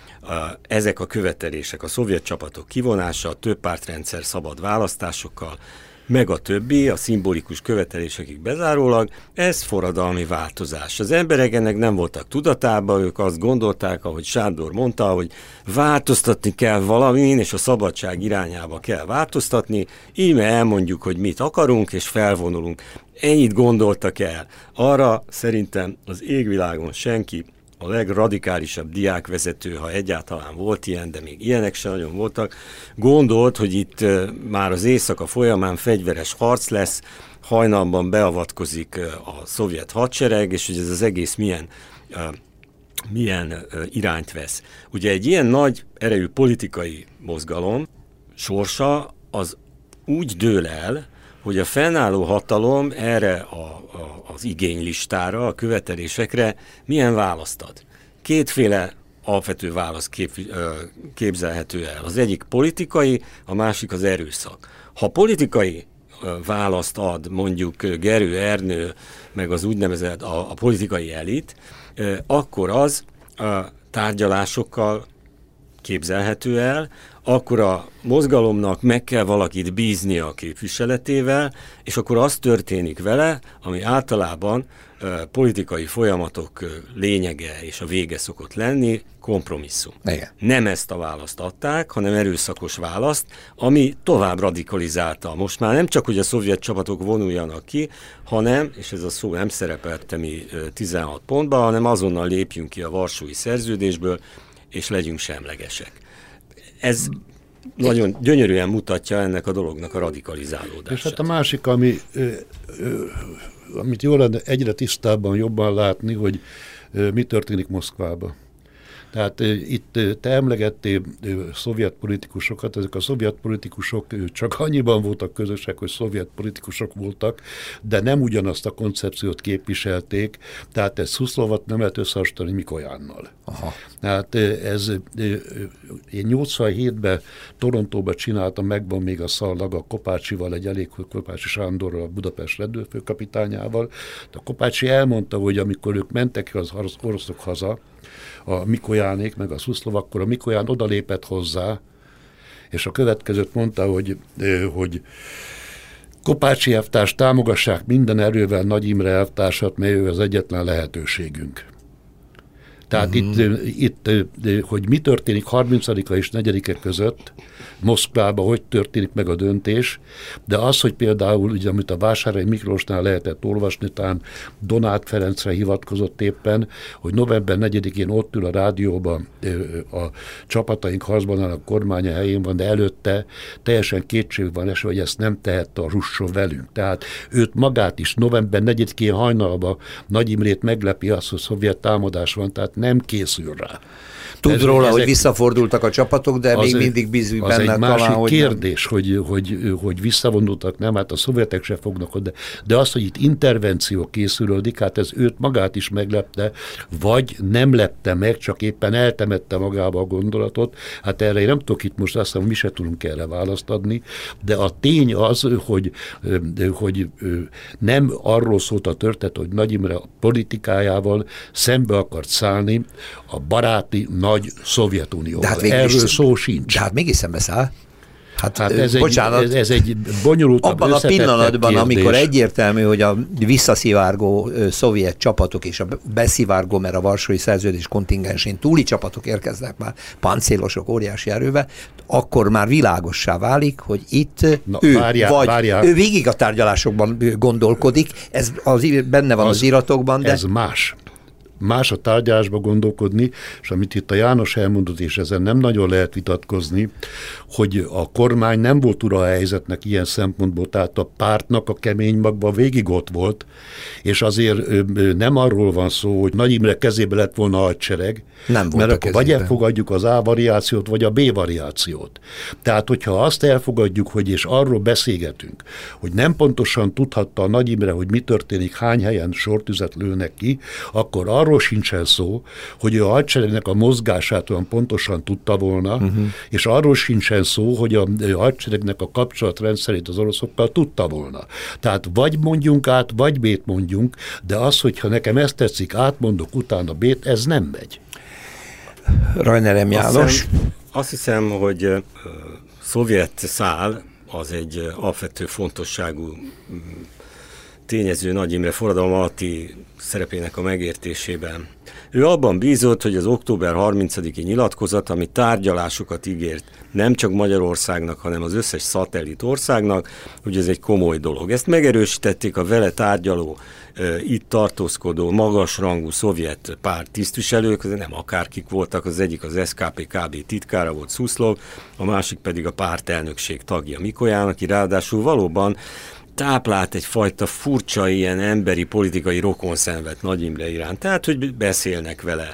S3: ezek a követelések, a szovjet csapatok kivonása, a több pártrendszer szabad választásokkal, meg a többi, a szimbolikus követelésekig bezárólag, ez forradalmi változás. Az emberek ennek nem voltak tudatában, ők azt gondolták, ahogy Sándor mondta, hogy változtatni kell valamin, és a szabadság irányába kell változtatni, íme elmondjuk, hogy mit akarunk, és felvonulunk. Ennyit gondoltak el. Arra szerintem az égvilágon senki, a legradikálisabb diákvezető, ha egyáltalán volt ilyen, de még ilyenek sem nagyon voltak, gondolt, hogy itt már az éjszaka folyamán fegyveres harc lesz, hajnalban beavatkozik a szovjet hadsereg, és hogy ez az egész milyen irányt vesz. Ugye egy ilyen nagy erejű politikai mozgalom sorsa az úgy dől el, hogy a fennálló hatalom erre az igénylistára, a követelésekre milyen választ ad. Kétféle alapvető válasz képzelhető el. Az egyik politikai, a másik az erőszak. Ha politikai választ ad mondjuk Gerő Ernő, meg az úgynevezett a politikai elit, akkor az tárgyalásokkal képzelhető el, akkor a mozgalomnak meg kell valakit bíznia a képviseletével, és akkor az történik vele, ami általában politikai folyamatok lényege és a vége szokott lenni, kompromisszum.
S2: Igen.
S3: Nem ezt a választ adták, hanem erőszakos választ, ami tovább radikalizálta. Most már nem csak, hogy a szovjet csapatok vonuljanak ki, hanem, és ez a szó nem szerepelt a mi 16 pontban, hanem azonnal lépjünk ki a Varsói Szerződésből, és legyünk semlegesek. Ez nagyon gyönyörűen mutatja ennek a dolognak a radikalizálódását.
S4: És hát a másik, amit jól lenne egyre tisztábban jobban látni, hogy mi történik Moszkvában. Tehát itt te emlegettél szovjet politikusokat, ezek a szovjet politikusok csak annyiban voltak közösek, hogy szovjet politikusok voltak, de nem ugyanazt a koncepciót képviselték, tehát ez Szuszlovat nem lehet összehasonlítani Mikojánnal.
S2: Aha.
S4: Tehát én 87-ben Torontóban csináltam, megvan még a szallag a Kopácsival, egy elég Kopácsi Sándorral, a Budapest rendőrfőkapitányával. A Kopácsi elmondta, hogy amikor ők mentek az oroszok haza, a Mikojánék, meg a Szuszlov, akkor a Mikolyán odalépett hozzá, és a következőt mondta, hogy Kopácsi elvtárs, támogassák minden erővel Nagy Imre elvtársat, mert ő az egyetlen lehetőségünk. Tehát itt, hogy mi történik 30-a és 4-e között Moszkvában, hogy történik meg a döntés, de az, hogy például, ugye, amit a Vásárhelyi Miklósnál lehetett olvasni, talán Donát Ferencre hivatkozott éppen, hogy november 4-én ott ül a rádióban a csapataink harcban áll, a kormánya helyén van, de előtte teljesen kétség van esve, hogy ezt nem tehette a Russov velünk. Tehát őt magát is november 4-én hajnalban Nagy Imrét meglepi az, hogy szovjet támadás van, tehát nem készül rá.
S2: Tud róla, hogy visszafordultak a csapatok, de még mindig bízik benne.
S4: Az egy másik
S2: talán,
S4: kérdés, hogy visszavonultak, nem, hát a szovjetek se fognak oda. De az, hogy itt intervenció készülődik, hát ez őt magát is meglepte, vagy nem lepte meg, csak éppen eltemette magába a gondolatot. Hát erre én nem tudok itt most azt mondom, mi se tudunk erre választ adni, de a tény az, hogy nem arról szólt a történet, hogy Nagy Imre a politikájával szembe akart szállni a baráti nagy Szovjetunióval. Hát erről szó sincs.
S2: De hát mégis szembeszáll.
S4: Hát ez egy bonyolultabb,
S2: abban a pillanatban, amikor egyértelmű, hogy a visszaszivárgó szovjet csapatok és a beszivárgó, mert a Varsói Szerződés kontingensén túli csapatok érkeznek már páncélosok óriási erővel, akkor már világossá válik, hogy itt ő végig a tárgyalásokban gondolkodik, ez benne van az iratokban, de...
S4: Ez más a tárgyalásba gondolkodni, és amit itt a János elmondott, és ezen nem nagyon lehet vitatkozni, hogy a kormány nem volt ura a helyzetnek ilyen szempontból, tehát a pártnak a kemény magban végig ott volt, és azért nem arról van szó, hogy Nagy Imre kezébe lett volna a hadsereg,
S2: nem volt,
S4: mert vagy elfogadjuk az A variációt, vagy a B variációt. Tehát, hogyha azt elfogadjuk, hogy és arról beszélgetünk, hogy nem pontosan tudhatta a Nagy Imre, hogy mi történik, hány helyen sortüzet lőnek ki, akkor arról sincsen szó, hogy ő a hadseregnek a mozgását olyan pontosan tudta volna, és arról sincsen szó, hogy a hadseregnek a kapcsolatrendszerét az oroszokkal tudta volna. Tehát vagy mondjunk át, vagy B-t mondjunk, de az, hogyha nekem ezt tetszik, átmondok utána B-t, ez nem megy.
S2: Rajner M. János.
S3: Azt hiszem, hogy szovjet szál az egy alapvető fontosságú tényező Nagy Imre forradalom alatti szerepének a megértésében. Ő abban bízott, hogy az október 30-i nyilatkozat, ami tárgyalásokat ígért nem csak Magyarországnak, hanem az összes szatellit országnak, hogy ez egy komoly dolog. Ezt megerősítették a vele tárgyaló, itt tartózkodó, magasrangú szovjet párt tisztviselők, nem akárkik voltak, az egyik az SKP-KB titkára volt, Szuszlov, a másik pedig a pártelnökség tagja Mikolyán, aki ráadásul valóban táplált egyfajta furcsa ilyen emberi politikai rokonszenvet Nagy Imre iránt, tehát, hogy beszélnek vele.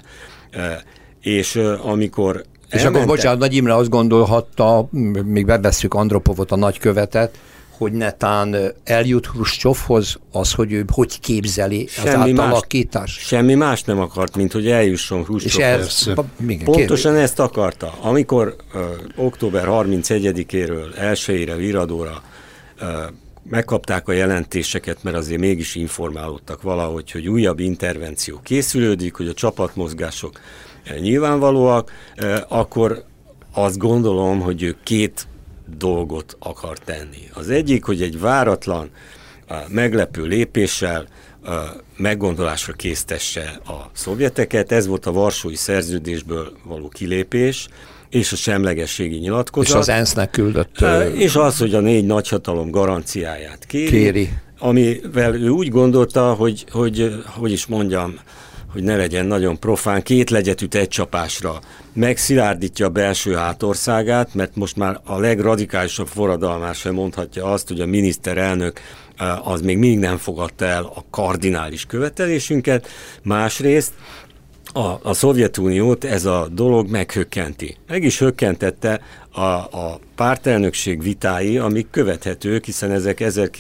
S3: És amikor
S2: és akkor, bocsánat, Nagy Imre azt gondolhatta, még bevesszük Andropovot, a nagykövetet, hogy netán eljut Hruscsovhoz az, hogy ő hogy képzeli az átalakítást?
S3: Semmi más nem akart, mint hogy eljusson Hruscsovhoz. Pontosan ezt akarta. Amikor október 31-éről 1-ére viradóra megkapták a jelentéseket, mert azért mégis informálódtak valahogy, hogy újabb intervenció készülődik, hogy a csapatmozgások nyilvánvalóak, akkor azt gondolom, hogy ő két dolgot akar tenni. Az egyik, hogy egy váratlan, meglepő lépéssel meggondolásra késztesse a szovjeteket, ez volt a Varsói Szerződésből való kilépés, és a semlegességi nyilatkozat.
S2: És az ENSZ-nek küldött.
S3: És az, hogy a 4 nagyhatalom garanciáját kéri. Amivel ő úgy gondolta, hogy is mondjam, hogy ne legyen nagyon profán, 2 legyet üt egy csapásra, megszilárdítja a belső hátországát, mert most már a legradikálisabb forradalmár sem mondhatja azt, hogy a miniszterelnök az még mindig nem fogadta el a kardinális követelésünket. Másrészt a Szovjetuniót ez a dolog meghökkenti. Meg is hökkentette a pártelnökség vitái, amik követhetők, hiszen ezek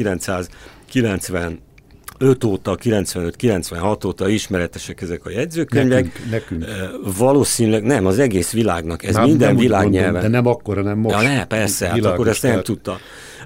S3: 1995 óta, 95-96 óta ismeretesek ezek a jegyzőkönyvek. Nekünk. Valószínűleg nem, az egész világnak. Ez nem, minden világnyelven.
S4: De nem akkor, hanem most.
S3: Ja, ne, persze, hát akkor ezt nem tudta.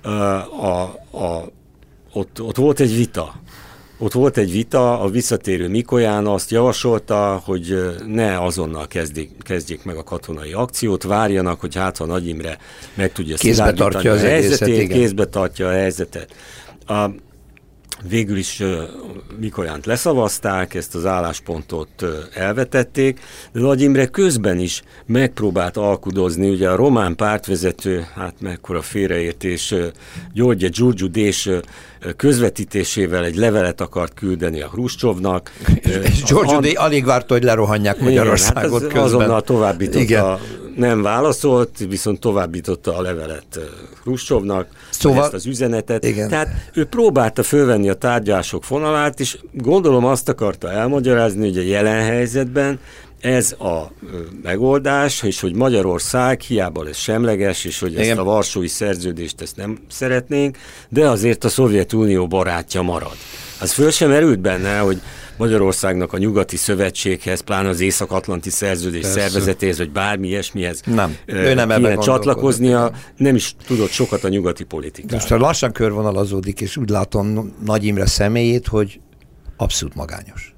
S3: Ott volt egy vita. Ott volt egy vita, a visszatérő Mikolyán azt javasolta, hogy ne azonnal kezdjék meg a katonai akciót, várjanak, hogy hát ha Nagy Imre meg tudja szilárdítani a helyzetét, kézbe tartja a helyzetet. Végül is Mikolyánt leszavazták, ezt az álláspontot elvetették, de Nagy Imre közben is megpróbált alkudozni, ugye a román pártvezető, hát mekkora félreértés, György Gyurgyudés közvetítésével egy levelet akart küldeni a Hruscsovnak.
S2: És Gyurgyudé alig várta, hogy lerohanják Magyarországot közben.
S3: Azonnal továbbította, nem válaszolt, viszont továbbította a levelet Hruscsovnak, szóval, ezt az üzenetet. Igen. Tehát ő próbálta fölvenni a tárgyalások fonalát, és gondolom azt akarta elmagyarázni, hogy a jelen helyzetben ez a megoldás, és hogy Magyarország hiába lesz semleges, és hogy ezt a Varsói Szerződést ezt nem szeretnénk, de azért a Szovjetunió barátja marad. Az föl sem erült benne, hogy Magyarországnak a nyugati szövetséghez, pláne az Észak-Atlanti Szerződés szervezetéhez, vagy bármi ilyesmihez kéne csatlakoznia, nem is tudott sokat a nyugati politikáról.
S2: Most lassan körvonalazódik, és úgy látom Nagy Imre személyét, hogy abszolút magányos.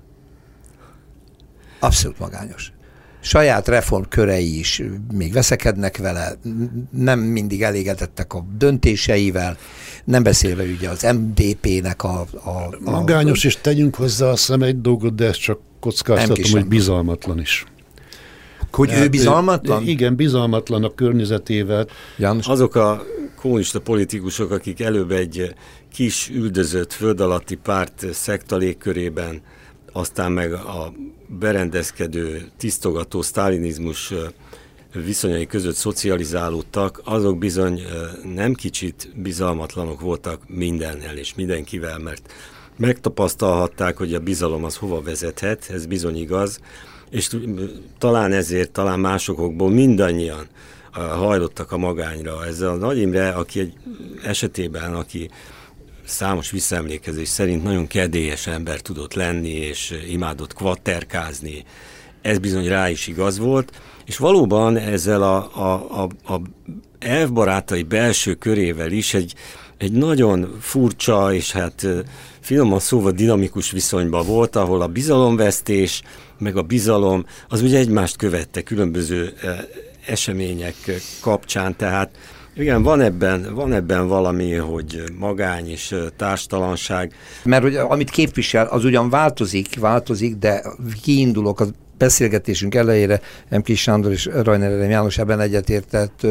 S2: Abszolút magányos. Saját reformkörei is még veszekednek vele, nem mindig elégedettek a döntéseivel, nem beszélve ugye az MDP-nek a
S4: magányos, és tegyünk hozzá azt hiszem egy dolgot, de ezt csak kockáztatom, hogy bizalmatlan is.
S2: Hogy ő bizalmatlan?
S4: Igen, bizalmatlan a környezetével.
S2: János?
S3: Azok a kommunista politikusok, akik előbb egy kis üldözött föld alatti párt szekta légkörében, aztán meg a berendezkedő, tisztogató sztálinizmus viszonyai között szocializálódtak, azok bizony nem kicsit bizalmatlanok voltak mindennel és mindenkivel, mert megtapasztalhatták, hogy a bizalom az hova vezethet, ez bizony igaz, és talán ezért, talán másokból mindannyian hajlottak a magányra. Ez a Nagy Imre, aki egy esetében, aki számos visszaemlékezés szerint nagyon kedélyes ember tudott lenni, és imádott kvatterkázni. Ez bizony rá is igaz volt, és valóban ezzel a elfbarátai belső körével is egy nagyon furcsa, és hát finoman szóval dinamikus viszonyban volt, ahol a bizalomvesztés, meg a bizalom, az ugye egymást követte különböző események kapcsán, tehát igen, van ebben valami, hogy magány és társtalanság.
S2: Mert hogy amit képvisel, az ugyan változik, de kiindulok a beszélgetésünk elejére, M. Kis Sándor és Rajner János ebben egyetértett,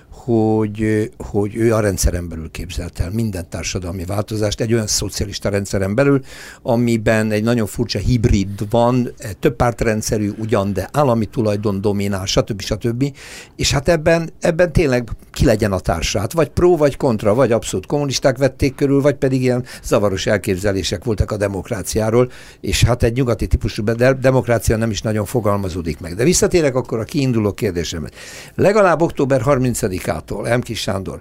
S2: hogy ő a rendszeren belül képzelt el minden társadalmi változást, egy olyan szocialista rendszeren belül, amiben egy nagyon furcsa hibrid van, több pártrendszerű ugyan, de állami tulajdon dominál, stb. És hát ebben tényleg ki legyen a társát, vagy pró, vagy kontra, vagy abszolút kommunisták vették körül, vagy pedig ilyen zavaros elképzelések voltak a demokráciáról, és hát egy nyugati típusú demokrácia nem is nagyon fogalmazódik meg. De visszatérek akkor a kiinduló kérdésemre. Legalább október 30-ától, M. Kis Sándor,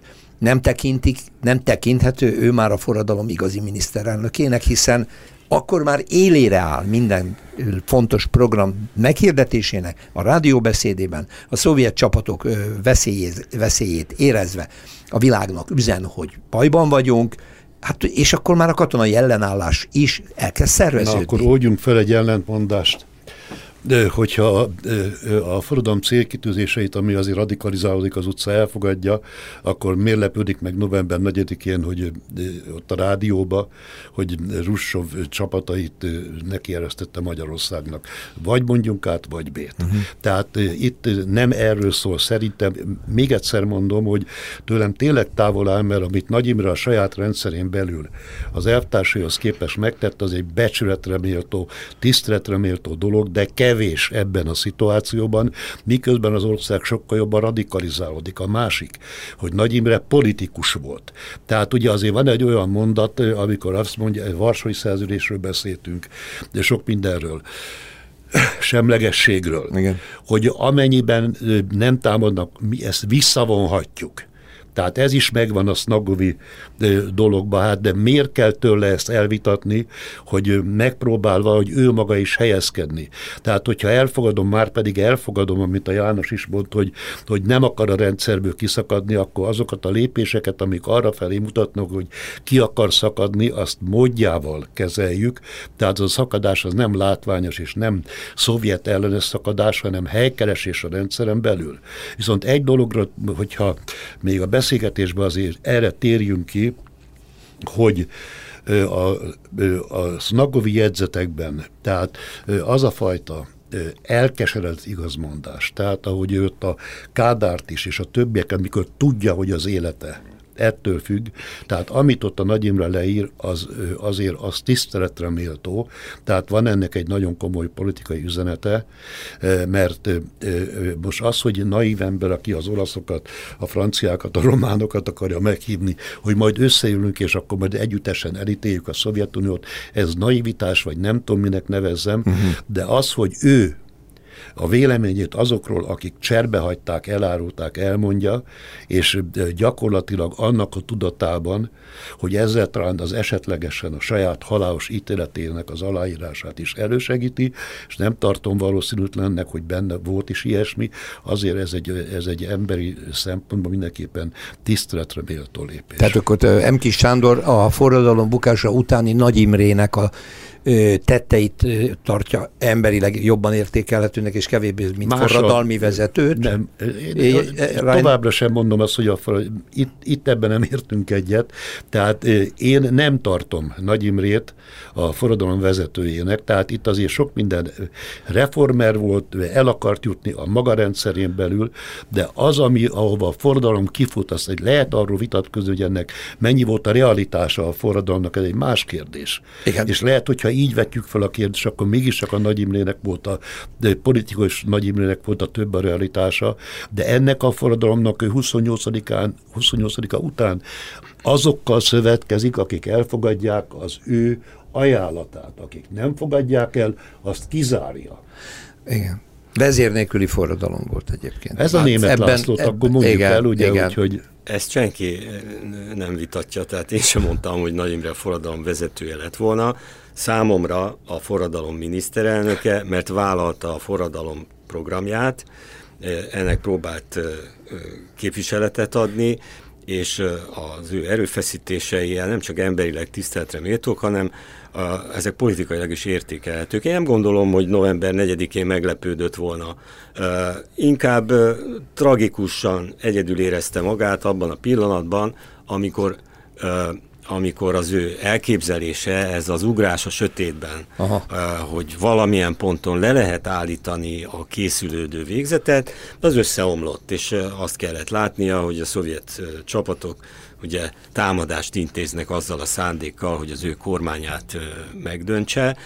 S2: nem tekinthető ő már a forradalom igazi miniszterelnökének, hiszen akkor már élére áll minden fontos program meghirdetésének, a rádióbeszédében, a szovjet csapatok veszélyét érezve a világnak üzen, hogy bajban vagyunk, hát, és akkor már a katonai ellenállás is elkezd szerveződni.
S4: Na, akkor oldjunk fel egy ellentmondást. De hogyha a forradalom célkitűzéseit, ami azért radikalizálódik az utca, elfogadja, akkor miért lepődik meg november 4-én, hogy ott a rádióba, hogy Russov csapatait nekieresztette Magyarországnak. Vagy mondjunk át, vagy B-t. Tehát itt nem erről szól. Szerintem, még egyszer mondom, hogy tőlem tényleg távol áll, mert amit Nagy Imre a saját rendszerén belül az elvtársaihoz képest megtett, az egy becsületre méltó, tiszteletre méltó dolog, de kevés ebben a szituációban, miközben az ország sokkal jobban radikalizálódik. A másik, hogy Nagy Imre politikus volt. Tehát ugye azért van egy olyan mondat, amikor azt mondja, Varsói Szerződésről beszéltünk, de sok mindenről, semlegességről, igen, hogy amennyiben nem támadnak, mi ezt visszavonhatjuk. Tehát ez is megvan a Sznagovi dologban, hát, de miért kell tőle ezt elvitatni, hogy megpróbálva, hogy ő maga is helyezkedni. Tehát, hogyha elfogadom, már pedig elfogadom, amit a János is mondta, hogy nem akar a rendszerből kiszakadni, akkor azokat a lépéseket, amik arra felé mutatnak, hogy ki akar szakadni, azt módjával kezeljük. Tehát az a szakadás az nem látványos és nem szovjet ellenes szakadás, hanem helykeresés a rendszeren belül. Viszont egy dologra, hogyha még a beszélgetésben azért erre térjünk ki, hogy a Sznagovi jegyzetekben, tehát az a fajta elkeseredett igazmondás, tehát ahogy őt a Kádárt is, és a többiek, amikor tudja, hogy az élete ettől függ, tehát amit ott a Nagy Imre leír, azért az tiszteletre méltó, tehát van ennek egy nagyon komoly politikai üzenete, mert most az, hogy naív ember, aki az olaszokat, a franciákat, a románokat akarja meghívni, hogy majd összeülünk, és akkor majd együttesen elítéljük a Szovjetuniót, ez naivitás, vagy nem tudom, minek nevezzem, de az, hogy ő a véleményét azokról, akik cserbe hagyták, elárulták, elmondja, és gyakorlatilag annak a tudatában, hogy ezzel talán az esetlegesen a saját halálos ítéletének az aláírását is elősegíti, és nem tartom valószínűtlennek, hogy benne volt is ilyesmi, azért ez egy emberi szempontból mindenképpen tiszteletre méltó lépés.
S2: Tehát akkor M. Kis Sándor a forradalom bukása utáni Nagy Imrének a tetteit tartja emberileg jobban értékelhetőnek, és kevésbé, mint forradalmi vezetőt.
S4: Nem. Továbbra sem mondom azt, hogy itt ebben nem értünk egyet. Tehát én nem tartom Nagy Imrét a forradalom vezetőjének, tehát itt azért sok minden reformer volt, el akart jutni a maga rendszerén belül, de az, ahova a forradalom kifut, azt lehet arról vitatkozni, hogy ennek mennyi volt a realitása a forradalomnak, ez egy más kérdés. Igen. És lehet, hogyha így vetjük fel a kérdést, akkor mégis csak a Nagy Imrének volt de politikus Nagy Imrének volt a több a realitása, de ennek a forradalomnak 28-a után azokkal szövetkezik, akik elfogadják az ő ajánlatát, akik nem fogadják el, azt kizárja.
S2: Igen. Vezér nélküli forradalom volt egyébként.
S4: Ez a Németh Lászlót, akkor mondjuk igen, el, ugye,
S3: igen. Úgyhogy... Ezt senki nem vitatja, tehát én sem mondtam, hogy Nagy Imre a forradalom vezetője lett volna. Számomra a forradalom miniszterelnöke, mert vállalta a forradalom programját, ennek próbált képviseletet adni, és az ő erőfeszítései nem csak emberileg tiszteletre méltók, hanem ezek politikailag is értékelhetők. Én nem gondolom, hogy november 4-én meglepődött volna. Inkább tragikusan egyedül érezte magát abban a pillanatban, amikor az ő elképzelése, ez az ugrás a sötétben, hogy valamilyen ponton le lehet állítani a készülődő végzetet, az összeomlott, és azt kellett látnia, hogy a szovjet csapatok ugye támadást intéznek azzal a szándékkal, hogy az ő kormányát megdöntse.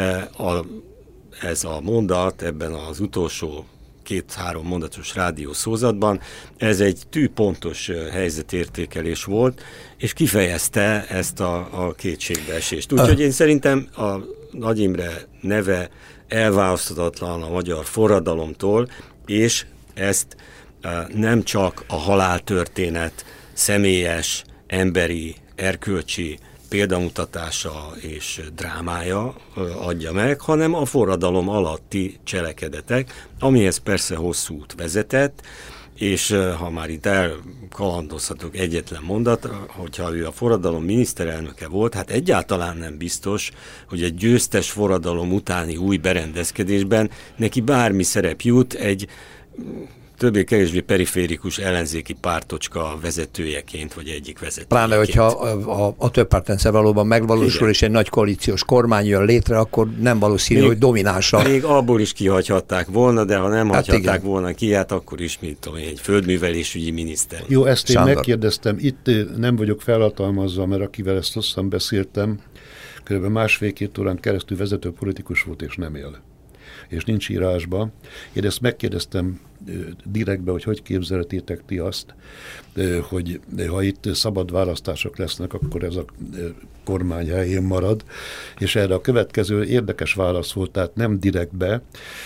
S3: Ez a mondat ebben az utolsó 2-3 mondatos rádiószózatban, ez egy tűpontos helyzetértékelés volt, és kifejezte ezt a kétségbeesést. Úgyhogy én szerintem a Nagy Imre neve elválaszthatatlan a magyar forradalomtól, és ezt nem csak a haláltörténet személyes, emberi, erkölcsi példamutatása és drámája adja meg, hanem a forradalom alatti cselekedetek, amihez persze hosszú út vezetett, és ha már itt elkalandozhatok egyetlen mondat, hogyha ő a forradalom miniszterelnöke volt, hát egyáltalán nem biztos, hogy egy győztes forradalom utáni új berendezkedésben neki bármi szerep jut egy többé-kevésbé periférikus ellenzéki pártocska vezetőjeként, vagy egyik vezetőjeként.
S2: Pláne, hogyha a többpártrendszer valóban megvalósul, igen, és egy nagy koalíciós kormány jön létre, akkor nem valószínű, hogy dominánsa.
S3: Még abból is kihagyhatták volna, de ha nem hagyhatták volna ki, hát akkor is, mint tudom, egy földművelésügyi miniszter.
S4: Jó, ezt én megkérdeztem, itt nem vagyok felhatalmazva, mert akivel ezt hosszan beszéltem, kb. 1,5-2 órán keresztül vezető politikus volt, és nem él. És nincs írásba. Én ezt megkérdeztem direktbe, hogy képzelhetétek ti azt, hogy ha itt szabad választások lesznek, akkor ez a kormány helyén marad. És erre a következő érdekes válasz volt, tehát nem direktbe,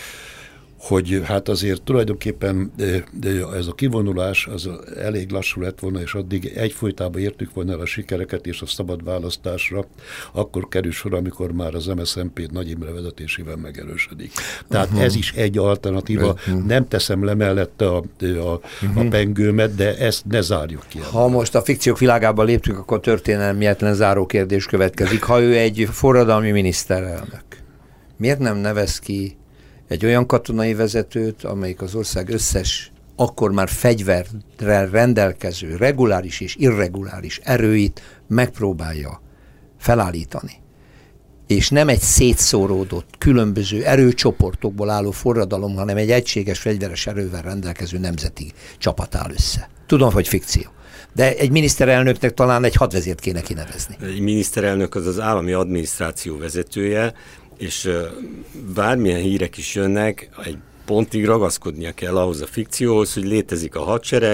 S4: hogy hát azért tulajdonképpen ez a kivonulás az elég lassú lett volna, és addig egyfolytában értük volna el a sikereket és a szabad választásra, akkor kerül sor, amikor már az MSZNP Nagy Imre vezetésével megerősödik. Tehát ez is egy alternatíva. Nem teszem le mellette a pengőmet, de ezt ne zárjuk ki.
S2: Ha most a fikciók világába léptünk, akkor történelmietlen záró kérdés következik. Ha ő egy forradalmi miniszterelnök, miért nem nevez ki egy olyan katonai vezetőt, amelyik az ország összes, akkor már fegyverrel rendelkező, reguláris és irreguláris erőit megpróbálja felállítani. És nem egy szétszóródott, különböző erőcsoportokból álló forradalom, hanem egy egységes fegyveres erővel rendelkező nemzeti csapat áll össze. Tudom, hogy fikció. De egy miniszterelnöknek talán egy hadvezért kéne kinevezni.
S3: Egy miniszterelnök az állami adminisztráció vezetője, és bármilyen hírek is jönnek, egy pontig ragaszkodnia kell ahhoz a fikcióhoz, hogy létezik a hadsereg,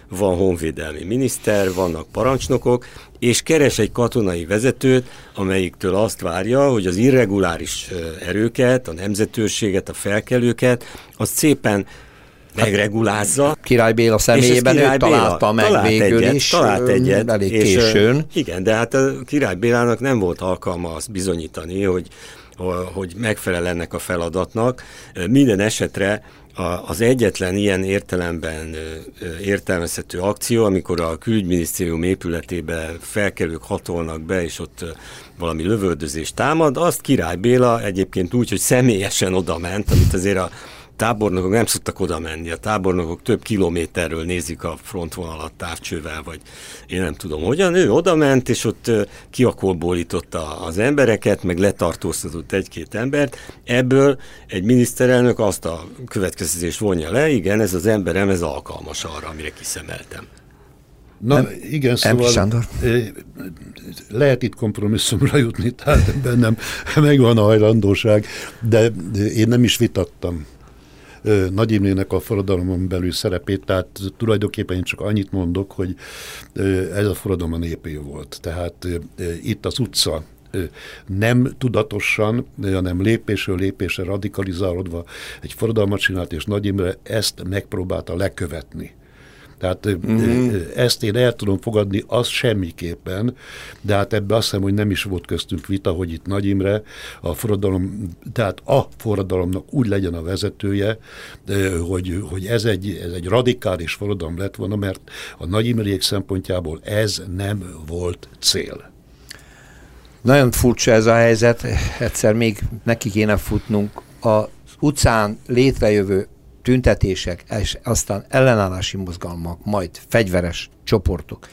S3: van honvédelmi miniszter, vannak parancsnokok, és keres egy katonai vezetőt, amelyiktől azt várja, hogy az irreguláris erőket, a nemzetőrséget, a felkelőket, azt szépen megregulázza.
S2: Király Béla személyében ő találta meg végül is.
S3: Talált egyet.
S2: Elég későn.
S3: Igen, de hát a Király Bélának nem volt alkalma azt bizonyítani, hogy megfelel ennek a feladatnak. Minden esetre az egyetlen ilyen értelemben értelmezhető akció, amikor a külügyminisztérium épületébe felkelők hatolnak be, és ott valami lövöldözés támad, azt Király Béla egyébként úgy, hogy személyesen odament, amit azért a tábornokok nem szoktak oda menni. A tábornokok több kilométerről nézik a frontvonalat távcsővel, vagy én nem tudom hogyan. Ő oda ment, és ott kiakolbólította az embereket, meg letartóztatott egy-két embert. Ebből egy miniszterelnök azt a következtetést vonja le, igen, ez az emberem, ez alkalmas arra, amire kiszemeltem.
S4: Na igen, szóval lehet itt kompromisszumra jutni, tehát bennem megvan a hajlandóság, de én nem is vitattam Nagy Imrének a forradalomon belül szerepét, tehát tulajdonképpen én csak annyit mondok, hogy ez a forradalom a népé volt. Tehát itt az utca nem tudatosan, hanem lépésről lépésre radikalizálódva egy forradalmat csinált, és Nagy Imre ezt megpróbálta lekövetni. Tehát ezt én el tudom fogadni, az semmiképpen, de hát ebben azt hiszem, hogy nem is volt köztünk vita, hogy itt Nagy Imre a forradalom, tehát a forradalomnak úgy legyen a vezetője, hogy ez egy radikális forradalom lett volna, mert a Nagy Imrék szempontjából ez nem volt cél.
S2: Nagyon furcsa ez a helyzet, egyszer még neki kéne futnunk az utcán létrejövő tüntetések, és aztán ellenállási mozgalmak, majd fegyveres csoportok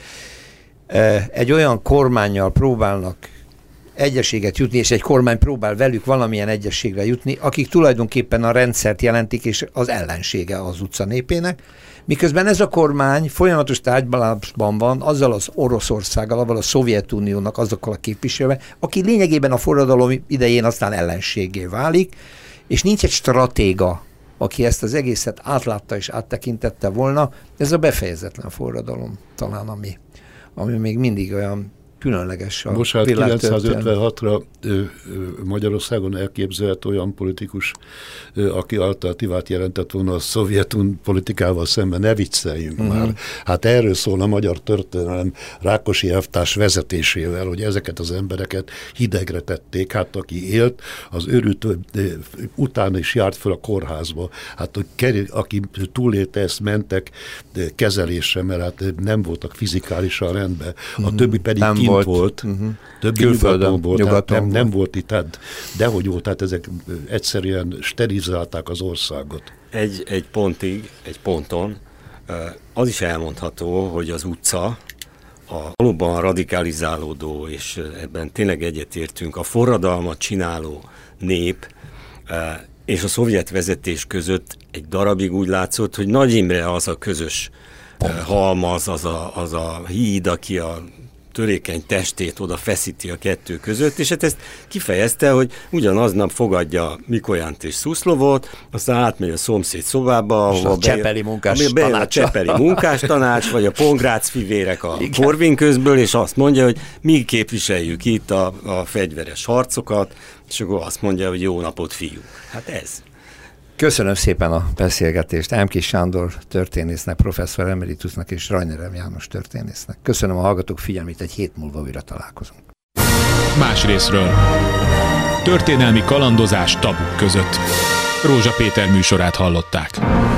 S2: egy olyan kormánnyal próbálnak egyességet jutni, és egy kormány próbál velük valamilyen egyességre jutni, akik tulajdonképpen a rendszert jelentik, és az ellensége az utca népének, miközben ez a kormány folyamatos tárgyalásban van azzal az Oroszországgal, avval a Szovjetuniónak, azokkal a képviselővel, aki lényegében a forradalom idején aztán ellenségé válik, és nincs egy stratéga, aki ezt az egészet átlátta és áttekintette volna. Ez a befejezetlen forradalom talán, ami még mindig olyan különleges a
S4: most hát
S2: világtörténelem.
S4: 956-ra Magyarországon elképzelhet olyan politikus, aki alternatívát jelentett volna a szovjetun politikával szemben, ne vicceljünk már. Hát erről szól a magyar történelem Rákosi elvtárs vezetésével, hogy ezeket az embereket hidegre tették, hát aki élt, az őrült utána is járt fel a kórházba. Hát aki túlélte, ezt mentek kezelésre, mert hát nem voltak fizikálisan rendben. A többi pedig kint volt. Többi nyugaton nem volt itt, hát dehogy volt, tehát ezek egyszerűen sterilizálták az országot.
S3: Egy ponton az is elmondható, hogy az utca valóban radikalizálódó, és ebben tényleg egyetértünk, a forradalmat csináló nép és a szovjet vezetés között egy darabig úgy látszott, hogy Nagy Imre az a közös halmaz, az a híd, aki a törékeny testét oda feszíti a kettő között, és hát ezt kifejezte, hogy ugyanaznap fogadja Mikolyánt és Szuszlovot, aztán átmegy a szomszéd szobába, ahol
S2: a Csepeli
S3: munkástanács, vagy a Pongrác fivérek a Korvin közből, és azt mondja, hogy mi képviseljük itt a fegyveres harcokat, és akkor azt mondja, hogy jó napot, fiúk. Hát ez.
S2: Köszönöm szépen a beszélgetést Emkés Sándor történésznek, professzor emeritusnak és Rajner M. János történésznek. Köszönöm a hallgatók figyelmét, egy hét múlva újra találkozunk.
S1: Más részről. Történelmi kalandozás tabuk között. Rózsa Péter műsorát hallották.